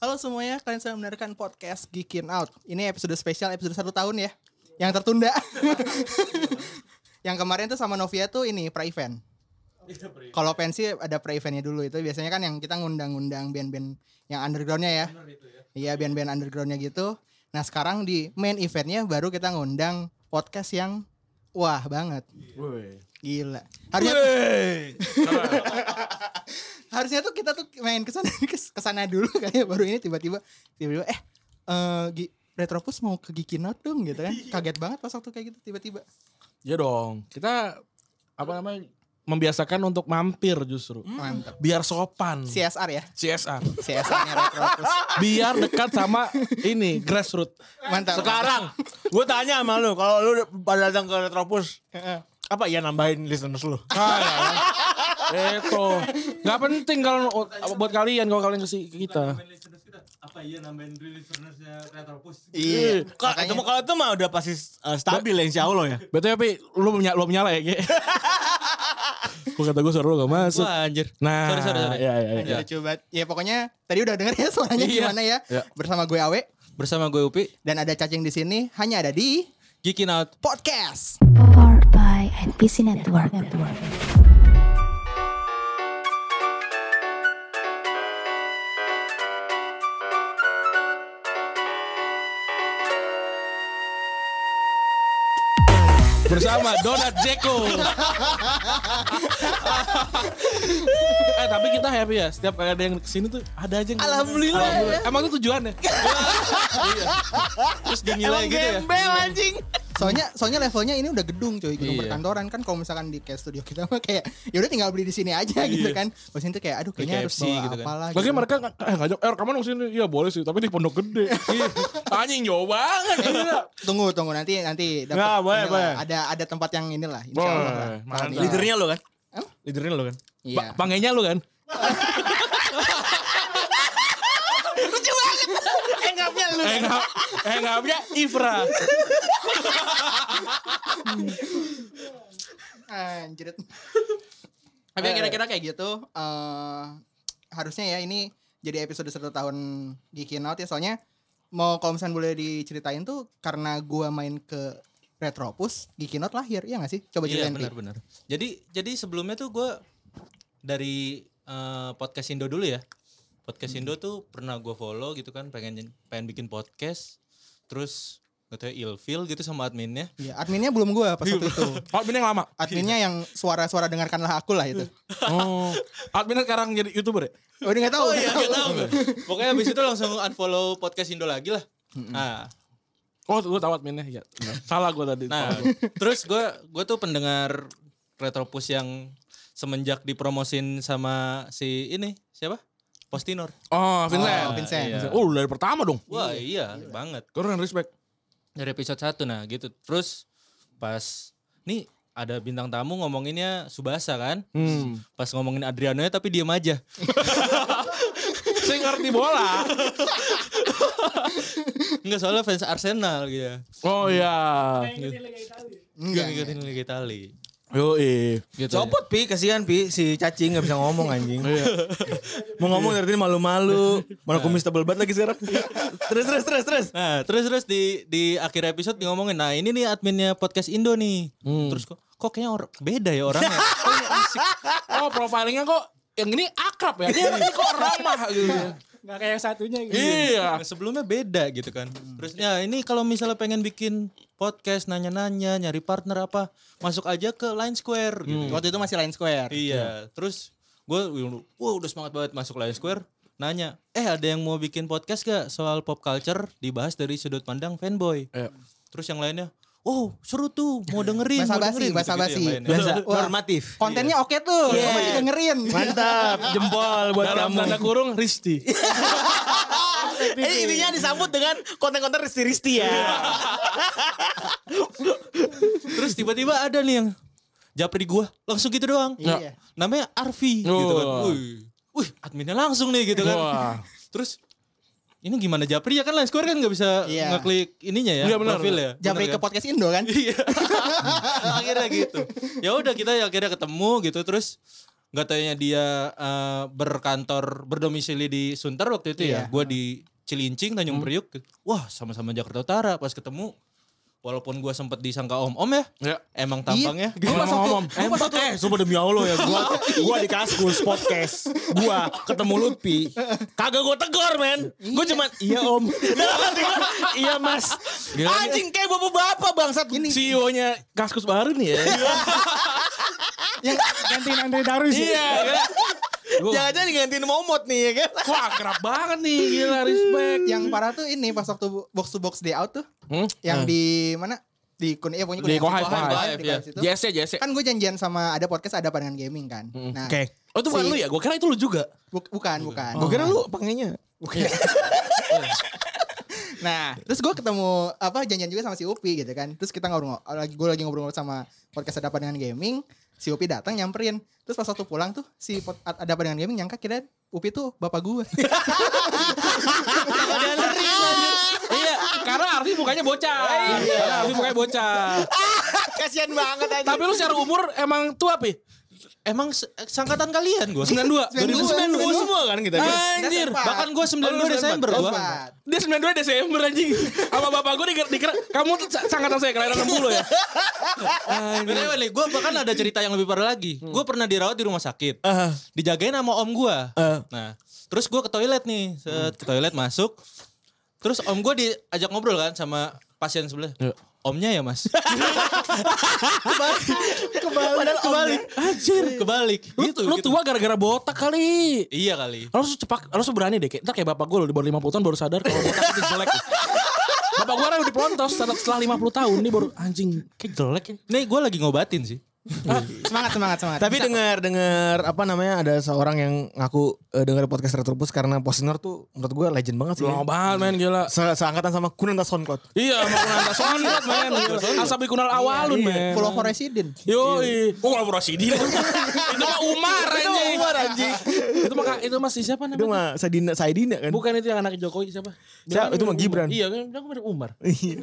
Halo semuanya, kalian sedang mendengarkan podcast Geekin Out. Ini episode spesial, episode 1 tahun ya, yang tertunda. Yang kemarin tuh sama Novia tuh ini pre-event. Kalau pensi ada pre-eventnya dulu, itu biasanya kan yang kita ngundang-ngundang band-band yang undergroundnya ya. Iya, band-band undergroundnya gitu. Nah sekarang di main eventnya baru kita ngundang podcast yang wah banget. Gila. Harusnya tuh kita tuh main kesana dulu kayak baru ini tiba-tiba Retropus mau ke Geekin Out dong gitu kan. Kaget banget pas waktu kayak gitu tiba-tiba. Ya dong, kita membiasakan untuk mampir justru. Mantap. Biar sopan. CSR ya. CSR-nya Retropus. Biar dekat sama ini grassroots. Mantap. Sekarang gue tanya sama lu, kalau lu pada datang ke Retropus, apa ya nambahin listeners lu? Itu nggak penting kalau buat kalian kalau kalian ke kita. Apa iya nambahin listenersnya Retropus? Iya. Kalau itu mah udah pasti stabil ya insya Allah ya. Betul ya Pi, lu nyala ya Ge? Gue kata gue suara lu gak masuk. Wah anjir. Nah, sorry. Ya. Coba. Ya pokoknya tadi udah denger ya suaranya gimana ya. Bersama gue Awe Bersama gue Upi, dan ada Cacing di sini, hanya ada di Geekin Out. podcast. Powered by NPC Network. Bersama Donat Jeko. Tapi kita happy ya. Setiap kali ada yang kesini tuh ada aja yang Alhamdulillah. Emang itu tujuannya. Terus dinilai gitu ya. Gembel anjing. Soalnya levelnya ini udah gedung coy, gedung Iya. perkantoran kan. Kalau misalkan di kayak studio kita mah kayak ya udah tinggal beli di sini aja gitu kan. Pas itu kayak aduh kayaknya harus KFC bawa gitu kan. apalah Lagi gitu. mereka ngajak rekaman dong sini. Iya boleh sih, tapi di Pondok Gede. Anjing jauh banget. Tunggu nanti dapat. Nggak, boleh, inilah, boleh. Ada tempat yang inilah insyaallah lah. Boleh, mantap. Leadernya lu kan? Hah? Leadernya lu kan? Iya. Pangainya lu kan? Enggaknya lu. Enggaknya Ifra. Anjir. Tapi kira-kira kayak gitu harusnya ya ini jadi episode 1 tahun Geekin Out ya. Soalnya mau kalau misalnya boleh diceritain tuh karena gua main ke Retropus, Geekin Out lahir, iya gak sih? Coba Iya ceritain. Pi. benar. Jadi sebelumnya tuh gue dari podcast Indo dulu ya. Podcast Indo tuh pernah gue follow gitu kan, pengen bikin podcast. Terus katanya ilfeel gitu sama adminnya. Iya, adminnya belum gua pas waktu itu. Adminnya yang lama. Adminnya yang suara-suara dengarkanlah aku lah itu. Oh, adminnya sekarang jadi YouTuber ya? Oh, dia enggak tahu. Iya gak tahu. Pokoknya abis itu langsung unfollow podcast Indo lagi lah. Nah, Oh, gue tahu adminnya. Ya. Salah gue tadi. Nah, terus gue tuh pendengar Retropus yang semenjak dipromosin sama si ini siapa? Postinor. Oh, Vincent. Oh, Vincent. Iya. Oh, dari pertama dong. Wah iya banget. Keren, respect. Dari episode 1 nah gitu. Terus pas nih ada bintang tamu ngomonginnya Subasa kan. Pas ngomongin Adriano tapi diem aja. Saya ngerti bola. Enggak soalnya fans Arsenal gitu. Oh iya. Enggak ngikutin Liga Itali. Yoi. Gitu. Copot Pi, kasihan Pi, si cacing gak bisa ngomong anjing. Mau ngomong dari tadi malu-malu. Mana kumis tebel banget lagi sekarang. Terus. Nah, terus di akhir episode dia ngomongin, nah ini nih adminnya podcast Indo nih. Terus kok kayaknya beda ya orangnya. Kok ini asik. Oh, profilingnya kok yang ini akrab ya. Ini kok ramah gitu. Nggak kayak satunya gitu. Iya. Yang sebelumnya beda gitu kan. Terus ya ini kalau misalnya pengen bikin podcast nanya-nanya, nyari partner apa, masuk aja ke Line Square gitu. Waktu itu masih Line Square. Iya. Terus gue udah semangat banget masuk Line Square. Nanya, ada yang mau bikin podcast gak soal pop culture dibahas dari sudut pandang fanboy. Iya. Terus yang lainnya, seru tuh, mau dengerin. Basa-basi. Gitu-gitu yang lainnya. Biasa, Wah, normatif. kontennya oke tuh. Iya. Masih dengerin. Mantap, jempol buat Dalam kamu. tanda kurung Risti. Intinya disambut dengan konten-konten risti-risti ya. Terus tiba-tiba ada nih yang japri gua, langsung gitu doang. Iya. Namanya Arfi gitu kan. Wih, adminnya langsung nih gitu kan. Wah. Terus ini gimana japri ya kan Line Square kan nggak bisa Iya. ngeklik ininya ya, Iya, benar. profil ya. Japri Bener ke kan? podcast Indo kan? Iya. Akhirnya gitu. Ya udah kita akhirnya ketemu gitu terus nggak taunya dia berdomisili di Sunter waktu itu ya. Gue di Cilincing, Tanjung Priuk. Wah, sama-sama Jakarta Utara. Pas ketemu, walaupun gue sempet disangka om-om ya. Emang tampangnya. Gue pas waktu sumpah demi Allah ya, gue di Kaskus podcast, gue ketemu Lutfi, kagak gue tegur men, gue cuman iya om, iya mas, anjing kayak bapak-bapak bangsat. CEO-nya Kaskus baru nih ya. Yang gantiin Andre Darus. Iya kan. Jangan-jangan digantiin Momot nih ya kan. Wah kerap banget nih, gila respect. Yang parah tuh ini pas waktu box to box day out tuh. Yang di mana? Di pokoknya di Kohai ya. JSC. Kan gue janjian sama ada podcast ada pandangan gaming kan. Nah, Oke. Oh itu bukan lu ya? Gue kira itu lu juga. Bukan. Gue kira lu pengennya. Nah, terus gue ketemu janjian juga sama si Upi gitu kan. Terus kita gue lagi ngobrol sama podcast ada pandangan gaming. Si Upi datang nyamperin. Terus pas waktu pulang tuh si ada pandangan gaming nyangka kira Upi tuh bapak gue. Iya, karena Arfi mukanya bocah. Kasian banget aja. Tapi lu secara umur emang tua Pi? Emang sangkatan kalian gue? 92 semua kan kita. Anjir. Bahkan gue 92 Desember gue. Dia 92 Desember anjing. Sama bapak gue dikira kamu tuh sangkatan saya kelahiran 60 ya. Bener nih, gue bahkan ada cerita yang lebih parah lagi. Gue pernah dirawat di rumah sakit. Dijagain sama om gue. Nah, terus gue ke toilet nih. Ke toilet masuk. Terus om gue diajak ngobrol kan sama pasien sebelah. Omnya ya mas. Kebalik. Anjir. Kebalik. Lu tua gara-gara botak kali. Iya kali. Harus berani deh. Ntar kayak bapak gue loh di bawah 50 tahun baru sadar kalau botak itu jelek. Bapak gue udah dipelontos setelah 50 tahun. Ini baru anjing kayak jelek ya. Nih gue lagi ngobatin sih. Semangat. Tapi dengar ada seorang yang ngaku dengar podcast Retropus karena Posner tuh menurut gue legend banget sih. Lama banget men gila. Seangkatan sama Kunanta Soundcloud. Iya sama Kunanta Soundcloud men. Asabi Kunal Awalun men. Pulau Resident. Yoi. Pulau Resident. Itu mah Umar anjing. Itu mah si siapa namanya? Itu mah Saidina kan. Bukan itu yang anak Jokowi siapa? Itu mah Gibran. Iya kan aku mirip Umar.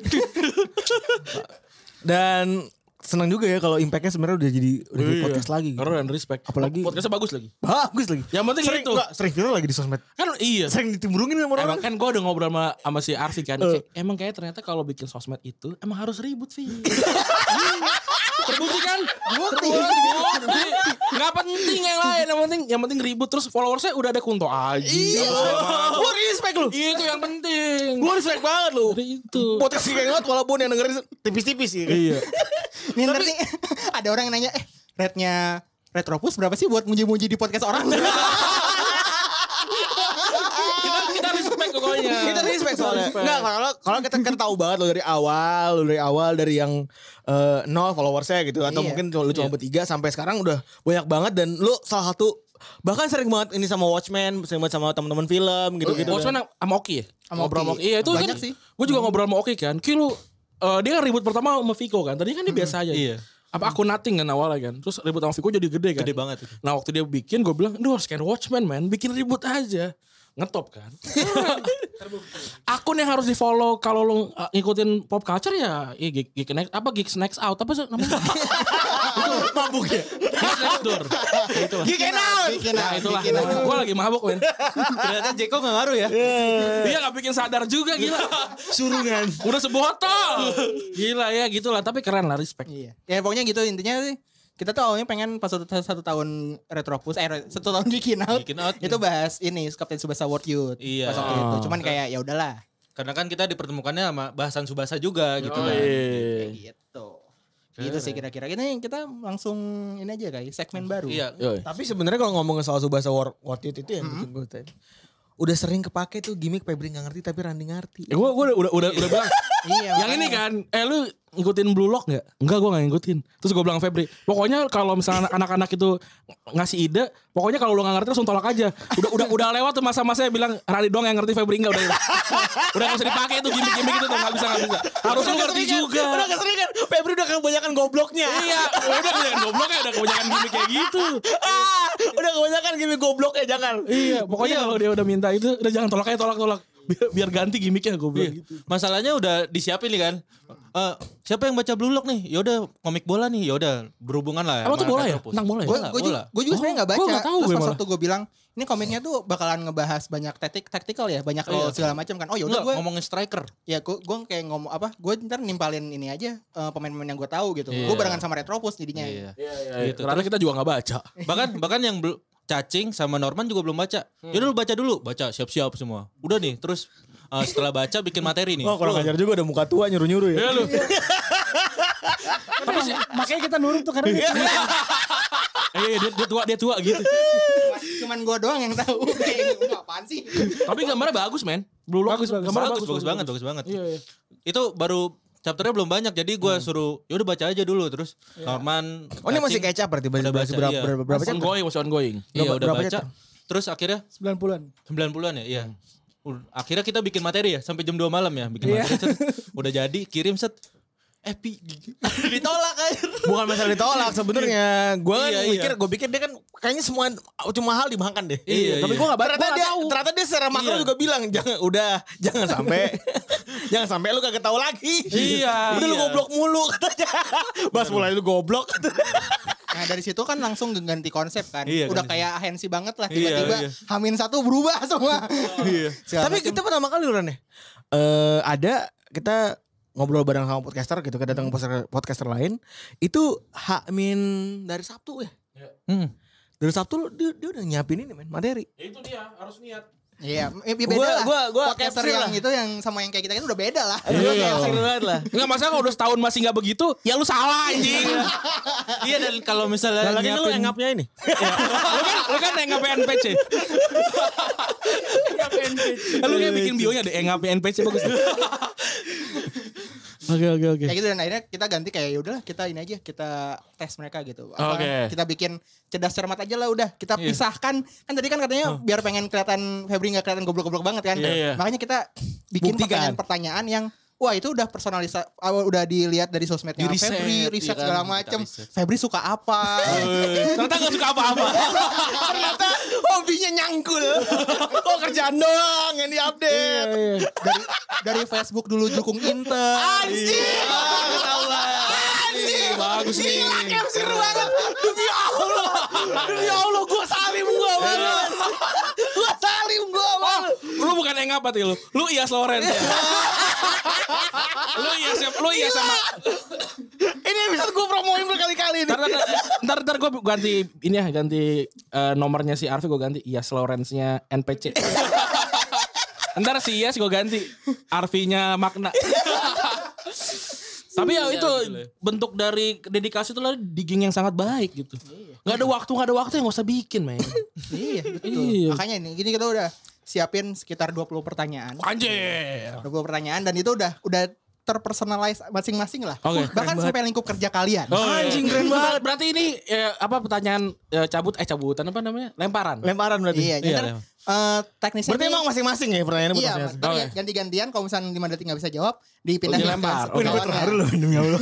Dan senang juga ya kalau impactnya sebenarnya udah jadi podcast lagi. Karena dan respect. Apalagi podcastnya bagus lagi. Yang penting sering viral lagi di sosmed. Kan iya. Sering ditimbrungin sama orang. Emang kan gue udah ngobrol sama si Arfi kan. Emang kayak ternyata kalau bikin sosmed itu emang harus ribut sih. Terbukti kan? Terbukti. Gak penting yang lain. Yang penting ribut. Terus followersnya udah ada Kunto Aji. Iya. Gue respect lu. Itu yang penting. Gue respect banget lu. Itu. Podcast kayak banget walaupun yang dengerin tipis-tipis ya. Iya. Nih ntar nih ada orang yang nanya rate-nya Retropus berapa sih buat muji-muji di podcast orang? Kita respect pokoknya. Kita respect soalnya. Enggak, kalau kita kan tahu banget lo dari awal dari yang 0 followersnya gitu atau mungkin lu cuma bertiga sampai sekarang udah banyak banget dan lu salah satu bahkan sering banget ini sama Watchmen, sering banget sama teman-teman film gitu-gitu. Watchmen sama Oki ya? Ngobrol sama Oki. Iya itu banyak kan, sih. Gue juga ngobrol sama Oki kan. Ki lu dia kan ribut pertama sama Viko kan. Tadi kan dia biasa aja. Iya. Apa aku nothing kan awalnya kan. Terus ribut sama Viko jadi gede kan. Gede banget itu. Nah waktu dia bikin gue bilang, "Duh, scan Watchmen man, bikin ribut aja." Ngetop kan. Akun yang harus di follow kalau lu ngikutin pop culture ya Geeks Next Out apa sih namanya? Mabuk ya. Geeks Next Door. Itu lah. Nah, itulah. Gue lagi mabuk men. Ternyata Jeko gak ngaruh ya. Dia gak bikin sadar juga gila. Surungan. Udah sebotol. Gila ya gitulah. Tapi keren lah respect. Iya. Ya pokoknya gitu intinya sih. Kita tuh awalnya pengen pas satu tahun Retropus, 1 tahun Geekin Out, itu bahas ini Captain Tsubasa World Youth. Iya. Pas waktu itu. Cuman kayak ya udahlah. Karena kan kita dipertemukannya sama bahasan Tsubasa juga gitu kan. Kayak gitu. Gitu sih kira-kira. Kita langsung ini aja guys, segmen baru. Iya. Tapi sebenarnya kalau ngomongin soal Tsubasa World Youth itu yang bikin gue tadi. Udah sering kepake tuh gimmick Febri gak ngerti tapi Randi ngerti. Ya gue udah bilang. Iya. Yang ini kan, lu ngikutin Blue Lock gak? Enggak, gue gak ngikutin. Terus gue bilang Febri, pokoknya kalau misalnya anak-anak itu ngasih ide, pokoknya kalau lu gak ngerti langsung tolak aja. Udah lewat tuh masa-masa bilang Rani doang yang ngerti, Febri enggak. Udah gak usah dipakai tuh gimmick-gimmick itu tuh, gak bisa. Harus lu ngerti juga. Udah keseringan, Febri udah kebanyakan gobloknya. Iya, udah kebanyakan gobloknya, udah kebanyakan gimmick kayak gitu. Udah kebanyakan gimmick gobloknya, jangan. Iya, pokoknya kalau dia udah minta itu, udah jangan tolak aja, tolak. Biar ganti gimmicknya gue bilang Iya. gitu. Masalahnya udah disiapin nih kan. Siapa yang baca Blue Lock nih? Yaudah komik bola nih. Yaudah berhubungan lah. Emang tuh sama bola ya? Retropus. Tentang bola ya? Bola. Gue juga sebenarnya nggak baca. Gua nggak tahu Terus gue pas malah. waktu gue bilang ini komiknya tuh bakalan ngebahas banyak tactical ya, banyak role segala macam kan. Oh yaudah Enggak, gue ngomongin striker. ya gue kayak ngomong apa? Gue ntar nimpalin ini aja pemain-pemain yang gue tahu gitu. Iya. Gue barengan sama Retropus jadinya. Iya. Gitu. Karena kita juga gak baca. Bahkan yang Cacing sama Norman juga belum baca. Yaudah lu baca dulu. Baca siap-siap semua. Udah nih terus setelah baca bikin materi nih. Wah kurang ajar juga udah muka tua nyuruh-nyuruh ya. Ya lu. Makanya kita nurut tuh karena dia Dia tua gitu. Cuman gue doang yang tahu. Kayak ini apaan sih? Tapi gambarnya bagus men. Blue Lock gambarnya Bagus banget. Iya. Itu baru chapternya belum banyak jadi gue suruh yaudah baca aja dulu terus Norman. Oh ini masih Cacing, catch up berarti udah masih baca, berapa Masih chapter? ongoing. Iya udah berapa baca. chapter? Terus akhirnya 90-an. 90-an ya, iya. Akhirnya kita bikin materi ya sampai jam 2 malam ya bikin materi. Set. Udah jadi kirim set. Pi ditolak aja. Bukan masalah ditolak sebenarnya. Gue kan Iya. gue pikir dia kan kayaknya semua cuma hal dibangkan deh. Iya, Tapi iya. gue gak ternyata dia secara makro juga bilang jangan sampai lu kagak tahu lagi. Iya. Udah lu goblok mulu katanya. Bas mulai lu goblok. Nah dari situ kan langsung ganti konsep kan. Iya, Udah ganti. kayak ahensi banget lah. Iya, Tiba-tiba iya. H-1 berubah semua. Segala Tapi macem. kita pertama kali Ran ya. Ada kita ngobrol bareng sama podcaster gitu, kedatangan podcaster lain itu dari Sabtu ya. Dari Sabtu dia udah nyiapin ini men materi. Itu dia harus niat. Iya, beda lah. Gua Podcaster capture yang lah. itu yang sama yang kayak kita kan udah beda lah. Seru banget lah. Enggak masalah kalau udah setahun masih gak begitu, ya lu salah anjing. Iya dan kalau misalnya Lagi lu nyiapin engapnya ini. Lu kan engap NPC. Lu kayak bikin bionya deh engap NPC bagus. Oke. Kayak gitu dan akhirnya kita ganti kayak yaudah kita ini aja kita tes mereka gitu. Oke. Kita bikin cerdas cermat aja lah udah. Kita pisahkan kan tadi kan katanya biar pengen kelihatan Febri nggak kelihatan goblok-goblok banget kan. Iya. Makanya kita bikin Buktikan. pertanyaan yang wah itu udah udah dilihat dari sosmednya Di riset, Febri, riset iya kan, segala kita macem. riset. Febri suka apa? Ternyata gak suka apa-apa. Ternyata hobinya nyangkul. Oh kerjaan doang yang diupdate. dari Facebook dulu dukung Inter. Anjing. Bagus nih. Seru banget. Demi Allah gue salim gue banget. Gue salim gue banget. Lu bukan engap berarti lu. Lu Iyas Lorenz. Lu iya sama. Ini bisa gue promoin berkali-kali nih. Ntar gue ganti nomornya si Arfi gue ganti Iyas Lorenz-nya NPC. Ntar si Iyas gue ganti Arfi-nya Makna. Tapi ya itu bentuk dari dedikasi itu lah digging yang sangat baik gitu. Gak ada waktu yang gak usah bikin men. Iya betul. Iya. Makanya nih gini kita udah siapin sekitar 20 pertanyaan. Anjir. 20 pertanyaan dan itu udah terpersonalize masing-masing lah. Oke, Bahkan sampai lingkup kerja kalian. Anjing keren banget. Berarti ini pertanyaan cabutan apa namanya? Lemparan. Lemparan berarti. Iya, jadi teknisnya Berarti ini- emang masing-masing ya pertanyaannya Iya, masing-masing. ntar ya, ganti-gantian kalau misalnya 5 detik gak bisa jawab dipindah dilempar. ke lawannya. Demi Allah.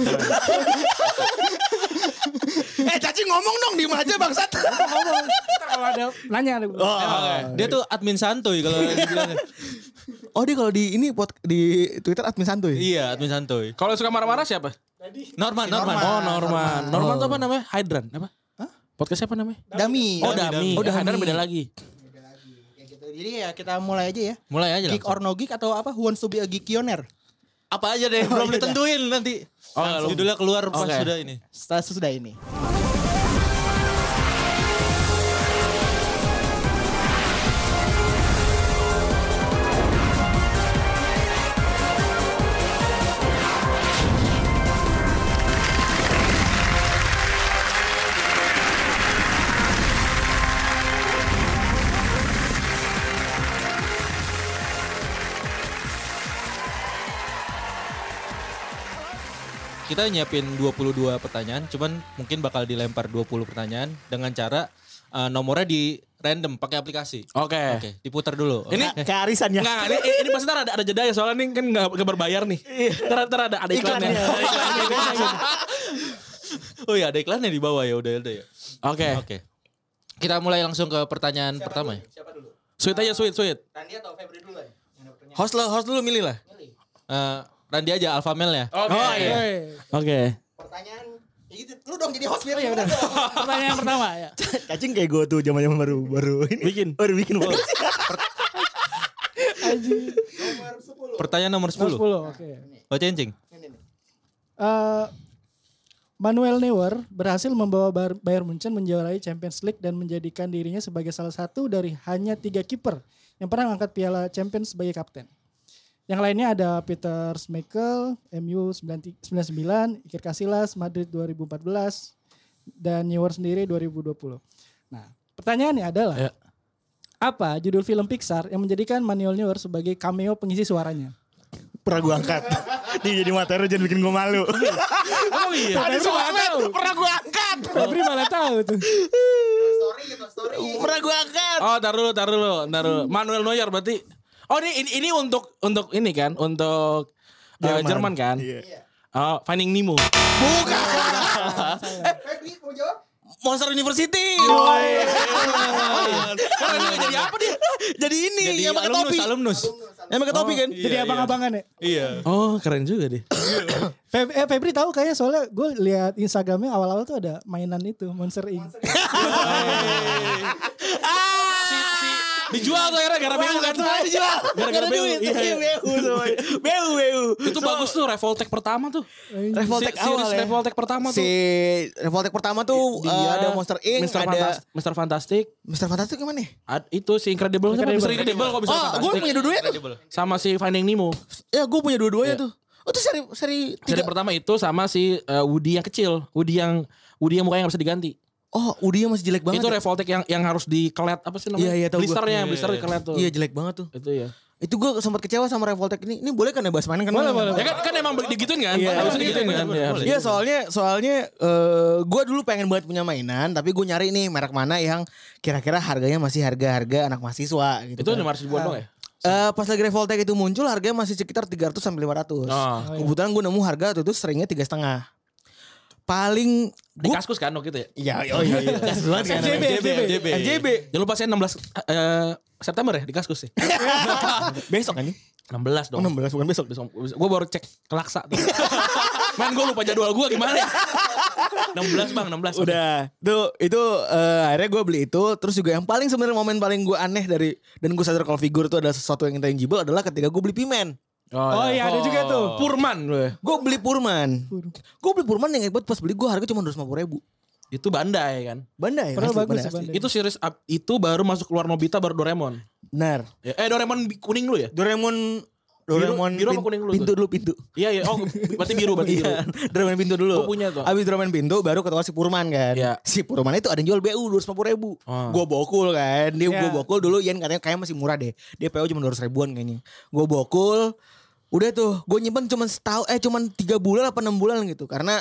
Cacing ngomong dong diem aja bangsat. Kalau ada nanya ada. dia tuh admin santuy kalau dibilang. Oh dia kalau di Twitter admin santuy. Iya, admin santuy. Kalau suka marah-marah siapa? Norman. Oh Norman. Norman tuh apa namanya? Hydran apa? Podcast siapa namanya? Dami. Oh Dami. Oh, Dami. Hydran beda lagi. Kayak gitu. Jadi ya kita mulai aja ya. Mulai aja Geek langsung. or no geek atau apa? Who wants to be a geekioner? Apa aja deh, belum ditentuin nanti. Oh, Judulnya keluar pas Oke. sudah ini. Status sudah ini. Kita nyiapin 22 pertanyaan, cuman mungkin bakal dilempar 20 pertanyaan dengan cara nomornya di random pakai aplikasi. Oke. Oke, diputar dulu. Ini Kayak arisan ya. Enggak, ini pasti ntar ada jeda ya soalnya ini kan enggak berbayar nih. Ntar ada iklannya. Oh iya, ada iklannya di bawah ya, udah ya. Oke. Oke. Kita mulai langsung ke pertanyaan pertama ya. Siapa dulu? Sweet aja sweet. Randy atau Febri dulu ya? Host lu milih lah. Randy aja Alpha Male ya. Oke. Pertanyaan gitu. Lu dong jadi host biar Ya udah. Pertanyaan pertama ya. Cacing kayak gue tuh zaman baru ini. Baru bikin podcast. Anjing. Pertanyaan nomor 10. 10, oke. Bacain, Cing. Manuel Neuer berhasil membawa Bayern Munchen menjuarai Champions League dan menjadikan dirinya sebagai salah satu dari hanya 3 kiper yang pernah mengangkat piala Champions sebagai kapten. Yang lainnya ada Peter Schmeichel, MU 99, Iker Casillas, Madrid 2014, dan Neuer sendiri 2020. Nah, pertanyaannya adalah, apa judul film Pixar yang menjadikan Manuel Neuer sebagai cameo pengisi suaranya? Pernah gue angkat. Dia jadi materi jangan bikin gue malu. Oh iya. Pernah gue angkat. Febri malah tahu tuh. story. Pernah gue angkat. Oh, taruh dulu. Manuel Neuer berarti. Oh, ini untuk ini kan, untuk Jerman kan? Iya. Oh, Finding Nemo. Bukan. Febri mau jawab? Monster University. Karena jadi apa dia? Jadi ini Jadi yang pakai topi. alumnus. Yang pakai topi kan? Jadi abang-abangan ya? Iya. Oh, keren juga deh. Febri tahu kayaknya soalnya gue lihat Instagramnya awal-awal tuh ada mainan itu Monster Inc. Dijual tuh akhirnya gara BU kan. Dijual. Gara-gara BU. Iya. BU. Itu bagus tuh Revoltech pertama tuh. Revoltech awal Series ya. Revoltech pertama tuh. Si Revoltech pertama tuh Dia, ada Monster Inc. Mr. Fantastic. Mr. Fantastic gimana nih? Itu si Incredible. Siapa Mr. Incredible kok bisa Oh, gue Fantastic. punya dua-duanya tuh. Sama si Finding Nemo. Ya, gue punya dua-duanya Iya. tuh. Oh, itu seri Seri 3. pertama itu sama si Woody yang kecil. Woody yang mukanya gak bisa diganti. Oh, Udi masih jelek banget. Itu ya? Revoltech yang harus dikelet apa sih namanya? Iya, tahu gua. Blister dikelet tuh. Iya, jelek banget tuh. Itu ya. Itu gue sempat kecewa sama Revoltech ini. Ini boleh kan ya bahas mainan kan? Boleh. Ya kan emang digituin kan? Iya, Harus digituin kan? Iya. Iya, soalnya gue dulu pengen banget punya mainan, tapi gue nyari nih merek mana yang kira-kira harganya masih harga-harga anak mahasiswa gitu. Itu kan. 500 ribuan dong ya? Pas lagi Revoltech itu muncul harganya masih sekitar 300 sampai 500. Oh. Kebetulan gue nemu harga waktu itu seringnya 3,5. Paling Di Kaskus kan waktu itu ya? Iya. Kaskus banget kan. FJB. Jangan lupa saya 16 September ya di Kaskus sih. Besok kan nih? 16 dong. Oh, 16 bukan besok. Gue baru cek ke Laksa tuh. Man gue lupa jadwal gue gimana ya? 16 bang, 16. Udah. Itu akhirnya gue beli itu. Terus juga yang paling sebenarnya momen paling gue aneh dari dan gue sadar kalau figur itu adalah sesuatu yang intangible adalah ketika gue beli Pimen. Oh iya ada juga tuh. Purman gue. Gue beli Purman. Yang hebat pas beli gue harga cuma 250.000. Itu Bandai kan. Bandai. Padahal asli, bagus Bandai sih, asli. Bandai. Itu series itu baru masuk keluar Nobita baru Doraemon. Benar. Ya, Doraemon kuning lu ya? Doraemon biru apa kuning dulu pintu tuh? dulu pintu. Iya. Oh berarti biru. Iya, Doraemon pintu dulu. Gua punya tuh. Abis Doraemon pintu baru ketemu si Purman kan. Iya. Si Purman itu ada yang jual BU 250.000. Oh. Gue bokul kan. Dia Iya. gue bokul dulu Ian katanya kayak masih murah deh. Dia PO cuma 200 ribuan kayaknya. Gue bokul. Udah tuh gue nyimpen cuma cuman 3 bulan apa 6 bulan gitu. Karena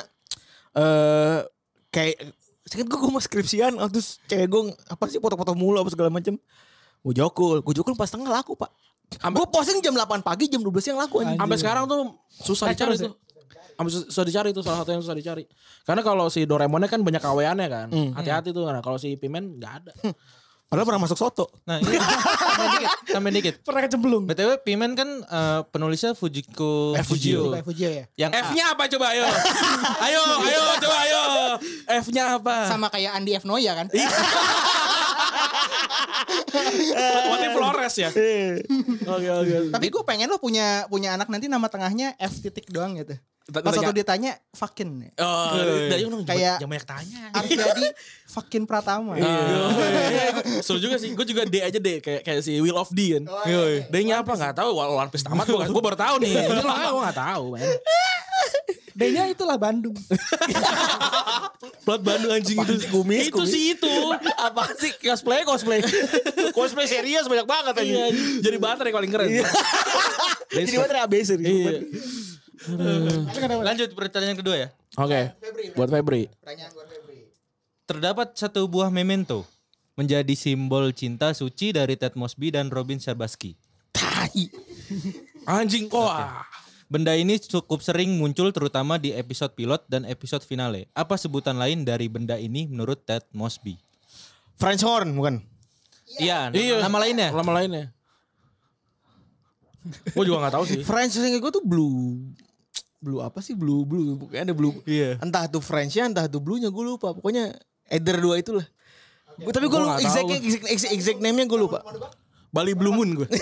kayak sedikit gue mau skripsian terus cewek gue apa sih foto-foto mulu apa segala macem. Gue jokul pas tengah laku pak. Gue posting jam 8 pagi jam 12 siang laku anjing. Sampai sekarang tuh susah dicari tuh. Sampai susah dicari tuh salah satu yang susah dicari. Karena kalau si Doraemonnya kan banyak kaweannya kan. Hati-hati tuh. Nah, kalau si Pimen nggak ada. Padahal pernah masuk soto. Nah, ini tambahin dikit. Pernah kecemplung. BTW Pimen kan penulisnya Fujiko Fujio. Fujio ya. Yang F-nya apa coba ayo. ayo. F-nya apa? Sama kayak Andi F. Noya kan. Berarti Flores ya. Oke. Tapi gue pengen lo punya anak nanti nama tengahnya F titik doang gitu. Pas waktu ditanya fucking. Oh, Kayak jangan banyak tanya. Arsyadi fucking Pratama. Seru juga sih. Gue juga D aja D kayak si Will of D kan. D-nya apa enggak tahu. One Piece tamat gue baru tahu nih. Ini lah gue enggak tahu, man. D-nya itulah Bandung. Plat Bandung anjing itu. Itu sih itu. Apa sih cosplay? Cosplay serius banyak banget aja. Iya, jadi baterai paling keren. Jadi baterai ABC. Iya. Lanjut pertanyaan kedua ya. Oke. Buat Febri. Pertanyaan buat Febri. Terdapat satu buah memento menjadi simbol cinta suci dari Ted Mosby dan Robin Scherbatsky. Anjing kok. Benda ini cukup sering muncul terutama di episode pilot dan episode finale. Apa sebutan lain dari benda ini menurut Ted Mosby? French horn bukan? Iya, nama lainnya. Nama lainnya. Gue juga gak tahu sih. French yang gue tuh blue apa sih blue pokoknya ada blue. Iya. Entah itu French-nya entah itu blue-nya gue lupa. Pokoknya either dua itulah. Tapi gue Gua nggak tahu. exact name-nya gue lupa. Bali Blue Moon gue.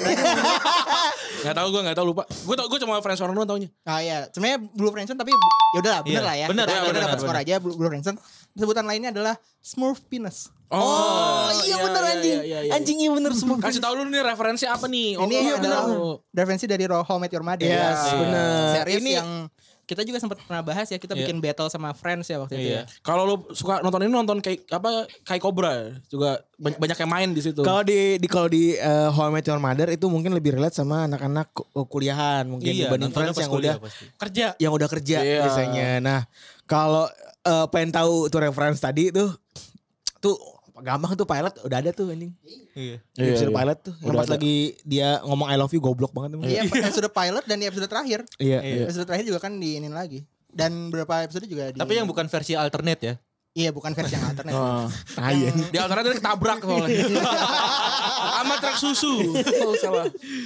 Gak tahu lupa. Gue cuma French Hornet taunya. Ah iya, sebenarnya Blue Friendson tapi ya udahlah, bener Iya, lah ya. bener, Kita ya, bener, dapat skor bener. aja Blue Friendson. Sebutan lainnya adalah Smurf Penis. Oh, iya bener anjing. Anjing iya bener semua. Kasih tahu lu nih referensi apa nih? Ini iya, adalah bener. referensi dari How I Met Your Mother. Yes, bener. Series Ini- yang kita juga sempat pernah bahas ya, kita bikin battle sama Friends ya waktu itu Iya. ya. Kalau lu suka nonton ini nonton kayak kayak Cobra juga banyak yang main di situ. Kalau di How I Met Your Mother itu mungkin lebih relate sama anak-anak kuliahan mungkin Iya, dibanding nontonnya Friends pas yang udah kuliah pasti. Kerja. yang udah kerja Iya. biasanya. Nah, kalau pengen tahu tuh reference tadi tuh gampang tuh pilot udah ada tuh anjing. Iya. Episode pilot tuh yang Udah pas ada. lagi dia ngomong I love you goblok banget emang. Iya, episode pilot dan di episode terakhir. Iya. Episode terakhir juga kan diinin lagi. Dan beberapa episode juga di. Tapi yang bukan versi alternate ya. Iya, bukan versi yang alternate. Oh. Ayen. Di alternatif ketabrak soalnya. Sama truk susu. Oh, salah.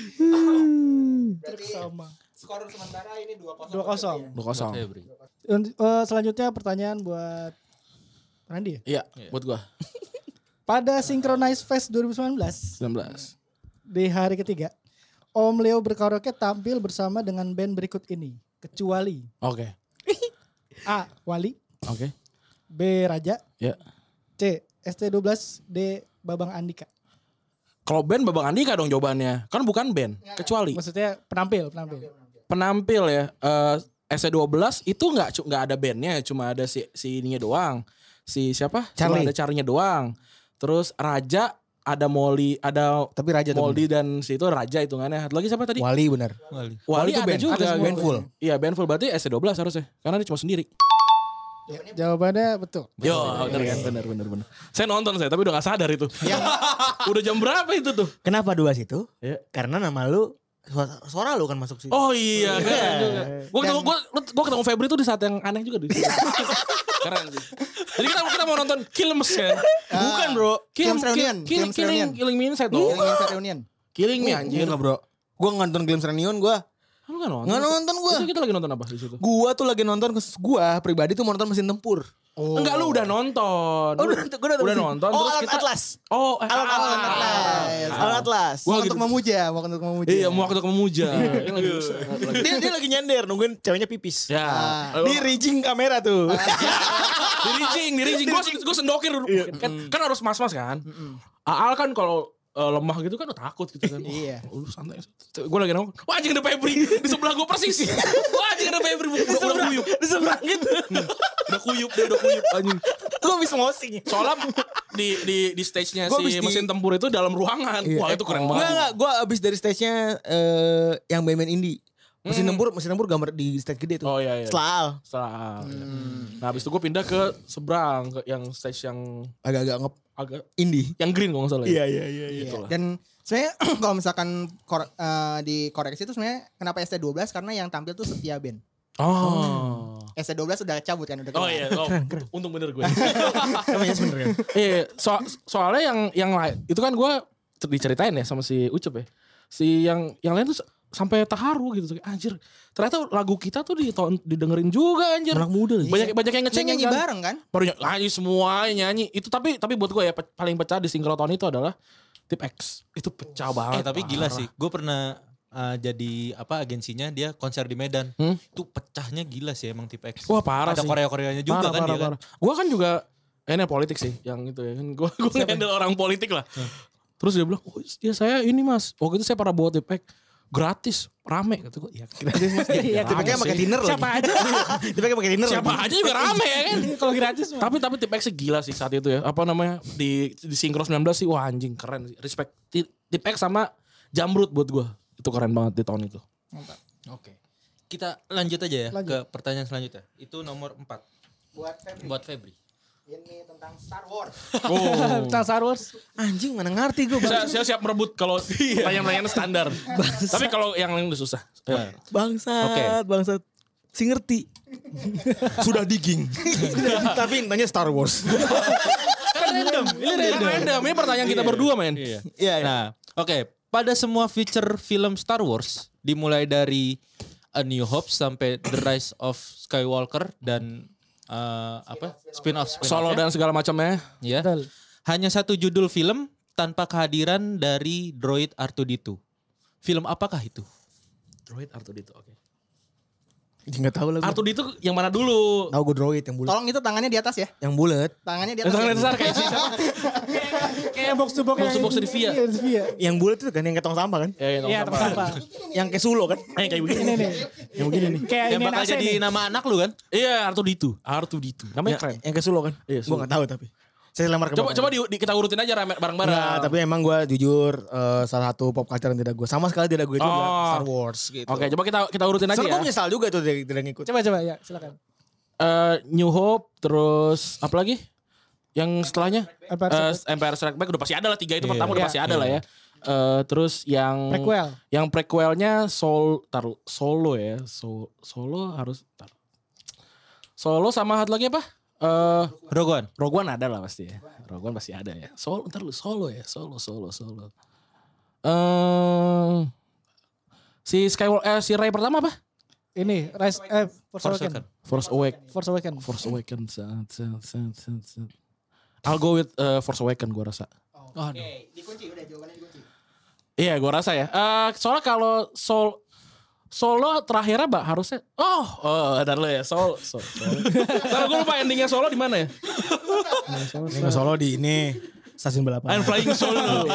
Berarti Sama. skor sementara ini 2-0. 2-0. 2-0. Febri. Selanjutnya pertanyaan buat Randy ya. Iya, buat gua. Pada Synchronize Fest 2019 19. di hari ketiga, Om Leo berkaraoke tampil bersama dengan band berikut ini. Kecuali Oke. A. Wali, Oke. B. Raja, Ya. C. ST12, D. Babang Andika. Kalau band Babang Andika dong jawabannya. Kan bukan band, kecuali Maksudnya penampil. penampil ya. SC12 itu nggak ada bandnya, cuma ada si ininya doang. Si siapa? Cuma Charlie. ada Charlie-nya doang. Terus Raja ada Molly, ada Tapi Raja tuh Moldy dan si itu Raja hitungannya. Satu lagi siapa tadi? Wali bener. Wali. Wali itu ada band. juga. Ada semua band full. Iya band full berarti SC12 harusnya. Karena dia cuma sendiri. Ya, jawabannya betul. Yo bener kan bener. Saya nonton tapi udah gak sadar itu. Udah jam berapa itu tuh? Kenapa dua situ? Iya. Karena nama lu suara lu kan masuk situ. Oh iya keren juga. Gue ketemu Febri tuh di saat yang aneh juga di situ. Keren sih. Jadi kita mau nonton Kilmes kan? Bukan bro. Kilmes Reunion. Kilmes Reunion. Killing Me Inside dong. Killing Reunion. Killing Me anjir. Enggak bro. Gue nonton Glimpse Reunion gue. Lu gak nonton? Nggak nonton gua. Itu kita lagi nonton apa di situ? Gue tuh lagi nonton gue pribadi tuh mau nonton Mesin Tempur. Enggak lu udah nonton. Oh, udah nonton. Terus Alat kita Atlas. Oh, Alat Atlas. Gua Untuk gitu. memuja, mau untuk memuja. Iya, mau waktu memuja. Dia lagi nyender nungguin ceweknya pipis. Ya. Di rigging kamera tuh. Di rigging. Gue sendokir dulu. Kan harus mas-mas kan. Aal kan kalau lemah gitu kan udah takut gitu kan. Iya. Lu santai. Gue lagi nongol. Wah anjing ada Febri di sebelah gue persis. Wah anjing ada Febri udah kuyup. Di sebelah gitu. Udah kuyup anjing. Gue habis ngosing. Soalnya di stage-nya Gua si abis di- mesin tempur itu dalam ruangan. Wah itu keren banget. Enggak. Gue abis dari stage-nya yang band indie. Mesin tempur gambar di stage gede tuh. Oh iya. Setelah Setelah. Nah habis itu gue pindah ke seberang. Ke yang stage yang agak-agak agak indie. yang green kalau nggak salah. ya. Iya. Iya. Dan sebenarnya kalau misalkan dikoreksi itu sebenarnya kenapa ST12 karena yang tampil tuh Setia Band. Oh. ST12 udah cabut kan udah Oh keluar. iya, untung bener gue. Namanya sebenernya. Iya, soalnya yang lain itu kan gue diceritain ya sama si Ucup ya. Si yang lain tuh sampai terharu gitu. Anjir, ternyata lagu kita tuh didengerin juga anjir. Anak muda lagi. Banyak yang ngecengin nyanyi kan. bareng kan? Baru nyanyi semua nyanyi. Itu tapi buat gue ya paling pecah di sinkroton itu adalah Tip X. Itu pecah banget. Tapi gila parah. sih. Gue pernah jadi agensinya dia konser di Medan. Itu pecahnya gila sih emang Tip X. Wah parah Ada sih. Korea-Koreanya juga kan dia kan. Gue kan juga ini politik sih yang itu ya kan. Gue handle orang politik lah. Terus dia bilang, oh ya saya ini mas. Waktu itu saya pernah bawa Tip X. Gratis, rame kata gue. Ya gratis mas. Iya, tipenya pakai dinner lagi. Siapa aja. Tipenya pakai dinner. Siapa aja juga rame ya kan. Kalau gratis mah. Tapi Tip X gila sih saat itu ya. Apa namanya di Sinkro 19 sih wah anjing keren sih. Respect Tip X sama Jamrut buat gue. Itu keren banget di tahun itu. Oke. Kita lanjut aja ya Lanjut. ke pertanyaan selanjutnya. Itu nomor 4 Buat Febri. buat Febri. Ini tentang Star Wars. Tentang Star Wars. Anjing mana ngerti gue. Saya siap merebut kalau pertanyaan-pertanyaan standar. Tapi kalau yang lain udah susah. Ya. Bangsat. Si ngerti. Sudah digging. Tapi tanya Star Wars. Kan random. Ini random. Random, ini pertanyaan kita berdua men. Iya. Iya. Nah, oke. pada semua feature film Star Wars, dimulai dari A New Hope sampai The Rise of Skywalker dan spin-off Solo dan segala macamnya. ya. Betul. Hanya satu judul film tanpa kehadiran dari droid R2D2. Film apakah itu? Droid R2D2, oke. Enggak tahu lah. R2D2 yang mana dulu? Tahu gue droid yang bulat. Tolong itu tangannya di atas ya. Yang bulat. Tangannya di atas. Yang ya. besar kayak siapa? Kayak box to box. Box di Via. Iya, di Via. Yang bulat itu kan yang ketong sampah kan? Iya, tong sampah. Yang kayak Sulo kan? Kayak begini. Ini nih. Yang begini nih. Kayak Yang ini bakal AC jadi nih. nama anak lu kan? Iya, R2D2. R2D2. Namanya keren. Yang kayak Sulo kan? Iya, Gue Sulo. enggak tahu tapi. Saya lamar ke Coba kita urutin aja bareng-bareng. Enggak, tapi emang gue jujur salah satu pop culture yang tidak gue sama sekali tidak gue itu adalah Star Wars gitu. Oke, coba kita urutin aja Soalnya ya. gue menyesal juga itu tidak ngikut. Coba ya, silakan. New Hope, terus apa lagi? Yang setelahnya Empire Strikes Back udah pasti ada lah, 3 itu pertama udah pasti ada lah ya. Terus yang Prequel. Yang prequelnya Solo ya. Solo harus Solo sama satu lagi apa? Rogue Rogue One ada lah pasti ya. Rogue One pasti ada ya. Solo ya. Solo. Si si Rey pertama apa? Ini Force Awakens. Force Awakens. I'll go with Force Awakens gue rasa. Oke, dikunci udah jawabannya dikunci. Iya gue rasa ya. Soalnya kalau Solo terakhirnya harusnya. Ada lo ya Solo. Kalau gue lupa endingnya Solo di mana ya? Ini Solo di ini stasiun balapan. I'm flying Solo.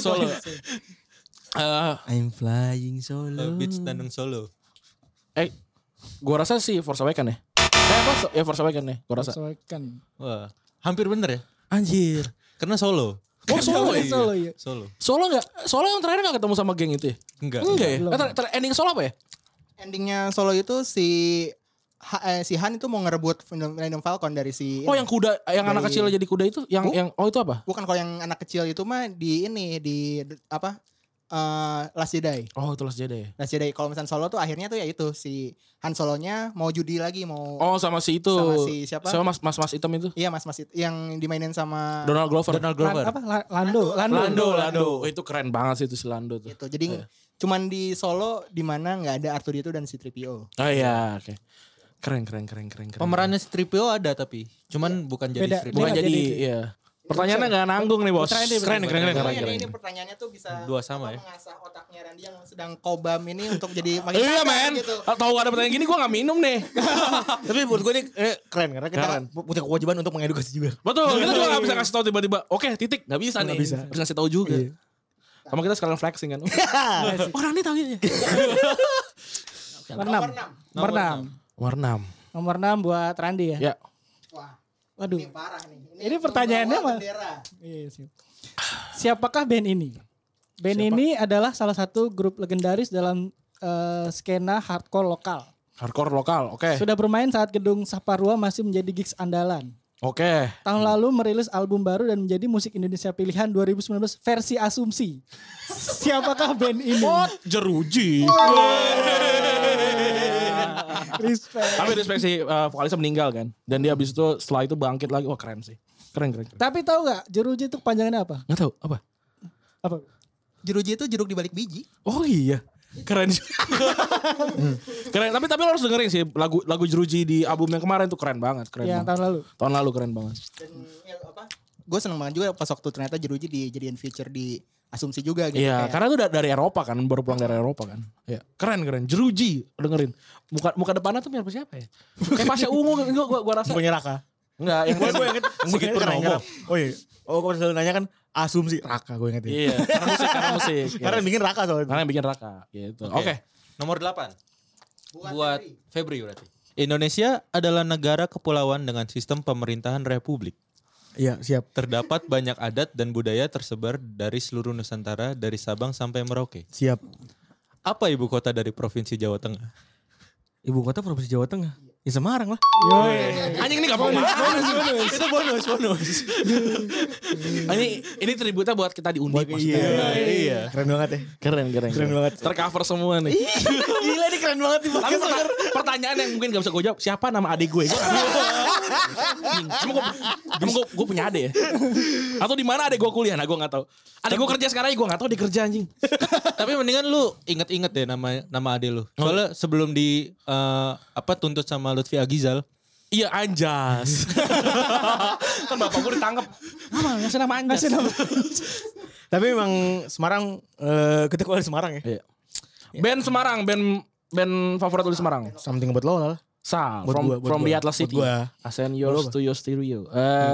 I'm flying solo. Beach Tanung Solo. Gue rasa sih Force Awakens ya. Force Awakens nih. Gue rasa. Force Awakens. Wah, hampir bener ya. Anjir. Karena Solo. Oh Solo ya? Solo ya. Solo enggak? Solo yang terakhir enggak ketemu sama geng itu ya? Enggak. Enggak ya? Belum. Ending Solo apa ya? Endingnya Solo itu si Han itu mau ngerebut Millennium Falcon dari si Oh yang kuda, yang anak kecil jadi kuda itu, yang itu apa? bukan, kalau yang anak kecil itu mah di apa? Last Jedi. Oh itu Last Jedi ya? Last Jedi. Kalau misalnya Solo tuh akhirnya tuh ya itu si Han Solonya mau judi lagi, mau Oh sama si itu. sama si siapa? Sama mas hitam itu. Iya mas itu yang dimainin sama Donald Glover. Lando. Oh, itu keren banget sih itu si Lando tuh. itu. Jadi cuman di Solo di mana nggak ada R2D2 dan C-3PO. Oh iya, oke. Keren. Pemerannya Stripio ada tapi cuman bukan jadi Beda. Stripio. Bukan Dia jadi, nggak jadi. iya. Pertanyaannya nggak nanggung nih bos. Keren. Ini pertanyaannya tuh bisa Dua sama ya. mengasah otaknya Randy yang sedang kobam ini untuk jadi Iya pakar men, gitu. tahu ada pertanyaan gini gue nggak minum nih. Tapi menurut gue ini keren karena kita punya kewajiban untuk mengedukasi juga. Betul, kita juga nggak bisa kasih tahu tiba-tiba. Oke, titik, nggak bisa nih. bisa. Harus ngasih tahu juga. Sama kita sekalian flexing kan. Orang ini tahu ya. Nomor 6 Nomor 6. buat Randy ya. Ya. Wah, Waduh. ini parah nih. Ini pertanyaannya membawa mah. bendera. Iya, siap. Siapakah band ini? Band ini adalah salah satu grup legendaris dalam skena hardcore lokal. Hardcore lokal, oke. Sudah bermain saat Gedung Saparua masih menjadi gigs andalan. Oke. Tahun lalu merilis album baru dan menjadi musik Indonesia pilihan 2019 versi Asumsi. Siapakah band ini? Jeruji. Respect. Tapi respect sih vokalisnya meninggal kan. Dan dia habis itu setelah itu bangkit lagi. Wah keren sih. Keren. Tapi tahu gak Jeruji itu kepanjangannya apa? Nggak tahu apa? Apa? Jeruji itu jeruk di balik biji. Oh iya. Keren. Keren. Tapi lo harus dengerin sih lagu Jeruji di album yang kemarin tuh keren banget. Keren Yang banget. tahun lalu. Tahun lalu keren banget. Dan ya apa? Gue seneng banget juga pas waktu ternyata Jeruji dijadiin feature di Asumsi juga gitu. Iya, karena itu dari Eropa kan, baru pulang dari Eropa kan. Iya, keren. Jeruji, dengerin. Muka depannya tuh mirip siapa ya? Kayak Pasha Ungu gua rasa. Bukannya Raka. Enggak, yang Gue inget Sigit Purnomo. Oh iya. Oh gue selalu nanya kan Asumsi Raka gue inget. Iya, karena musik. Karena yang bikin Raka soalnya. Karena yang bikin Raka gitu. Oke. Nomor 8. Buat Febri berarti. Indonesia adalah negara kepulauan dengan sistem pemerintahan republik. Iya siap. Terdapat banyak adat dan budaya tersebar dari seluruh Nusantara dari Sabang sampai Merauke. Siap. Apa ibu kota dari Provinsi Jawa Tengah? Ibu kota Provinsi Jawa Tengah. Ya Semarang lah. Anjing ini gampang banget. Itu bonus. Ini tributnya buat kita diundi maksudnya. Iya. Keren banget ya. Keren banget. Tercover semua nih. Gila ini keren banget nih. Tapi pertanyaan yang mungkin gak bisa gue jawab, siapa nama adik gue? Gue gak tahu. Emang gue punya ade ya? Atau di mana ade gue kuliah? Nah gue nggak tahu. Ade gue kerja sekarang gue nggak tahu dia kerja anjing. Tapi mendingan lu inget-inget deh nama ade lu. Soalnya sebelum tuntut sama Lutfi Agizal. Iya Anjas. Kan bapak gue ditangkap. Ngasih nama Anjas. Tapi memang Semarang ketika gue di Semarang ya. Iya. Band Semarang, band favorit lu di Semarang. Something about lo lah. Sa, Buat from gua. the Atlas Buat City. gua. Ascend yours to your stereo.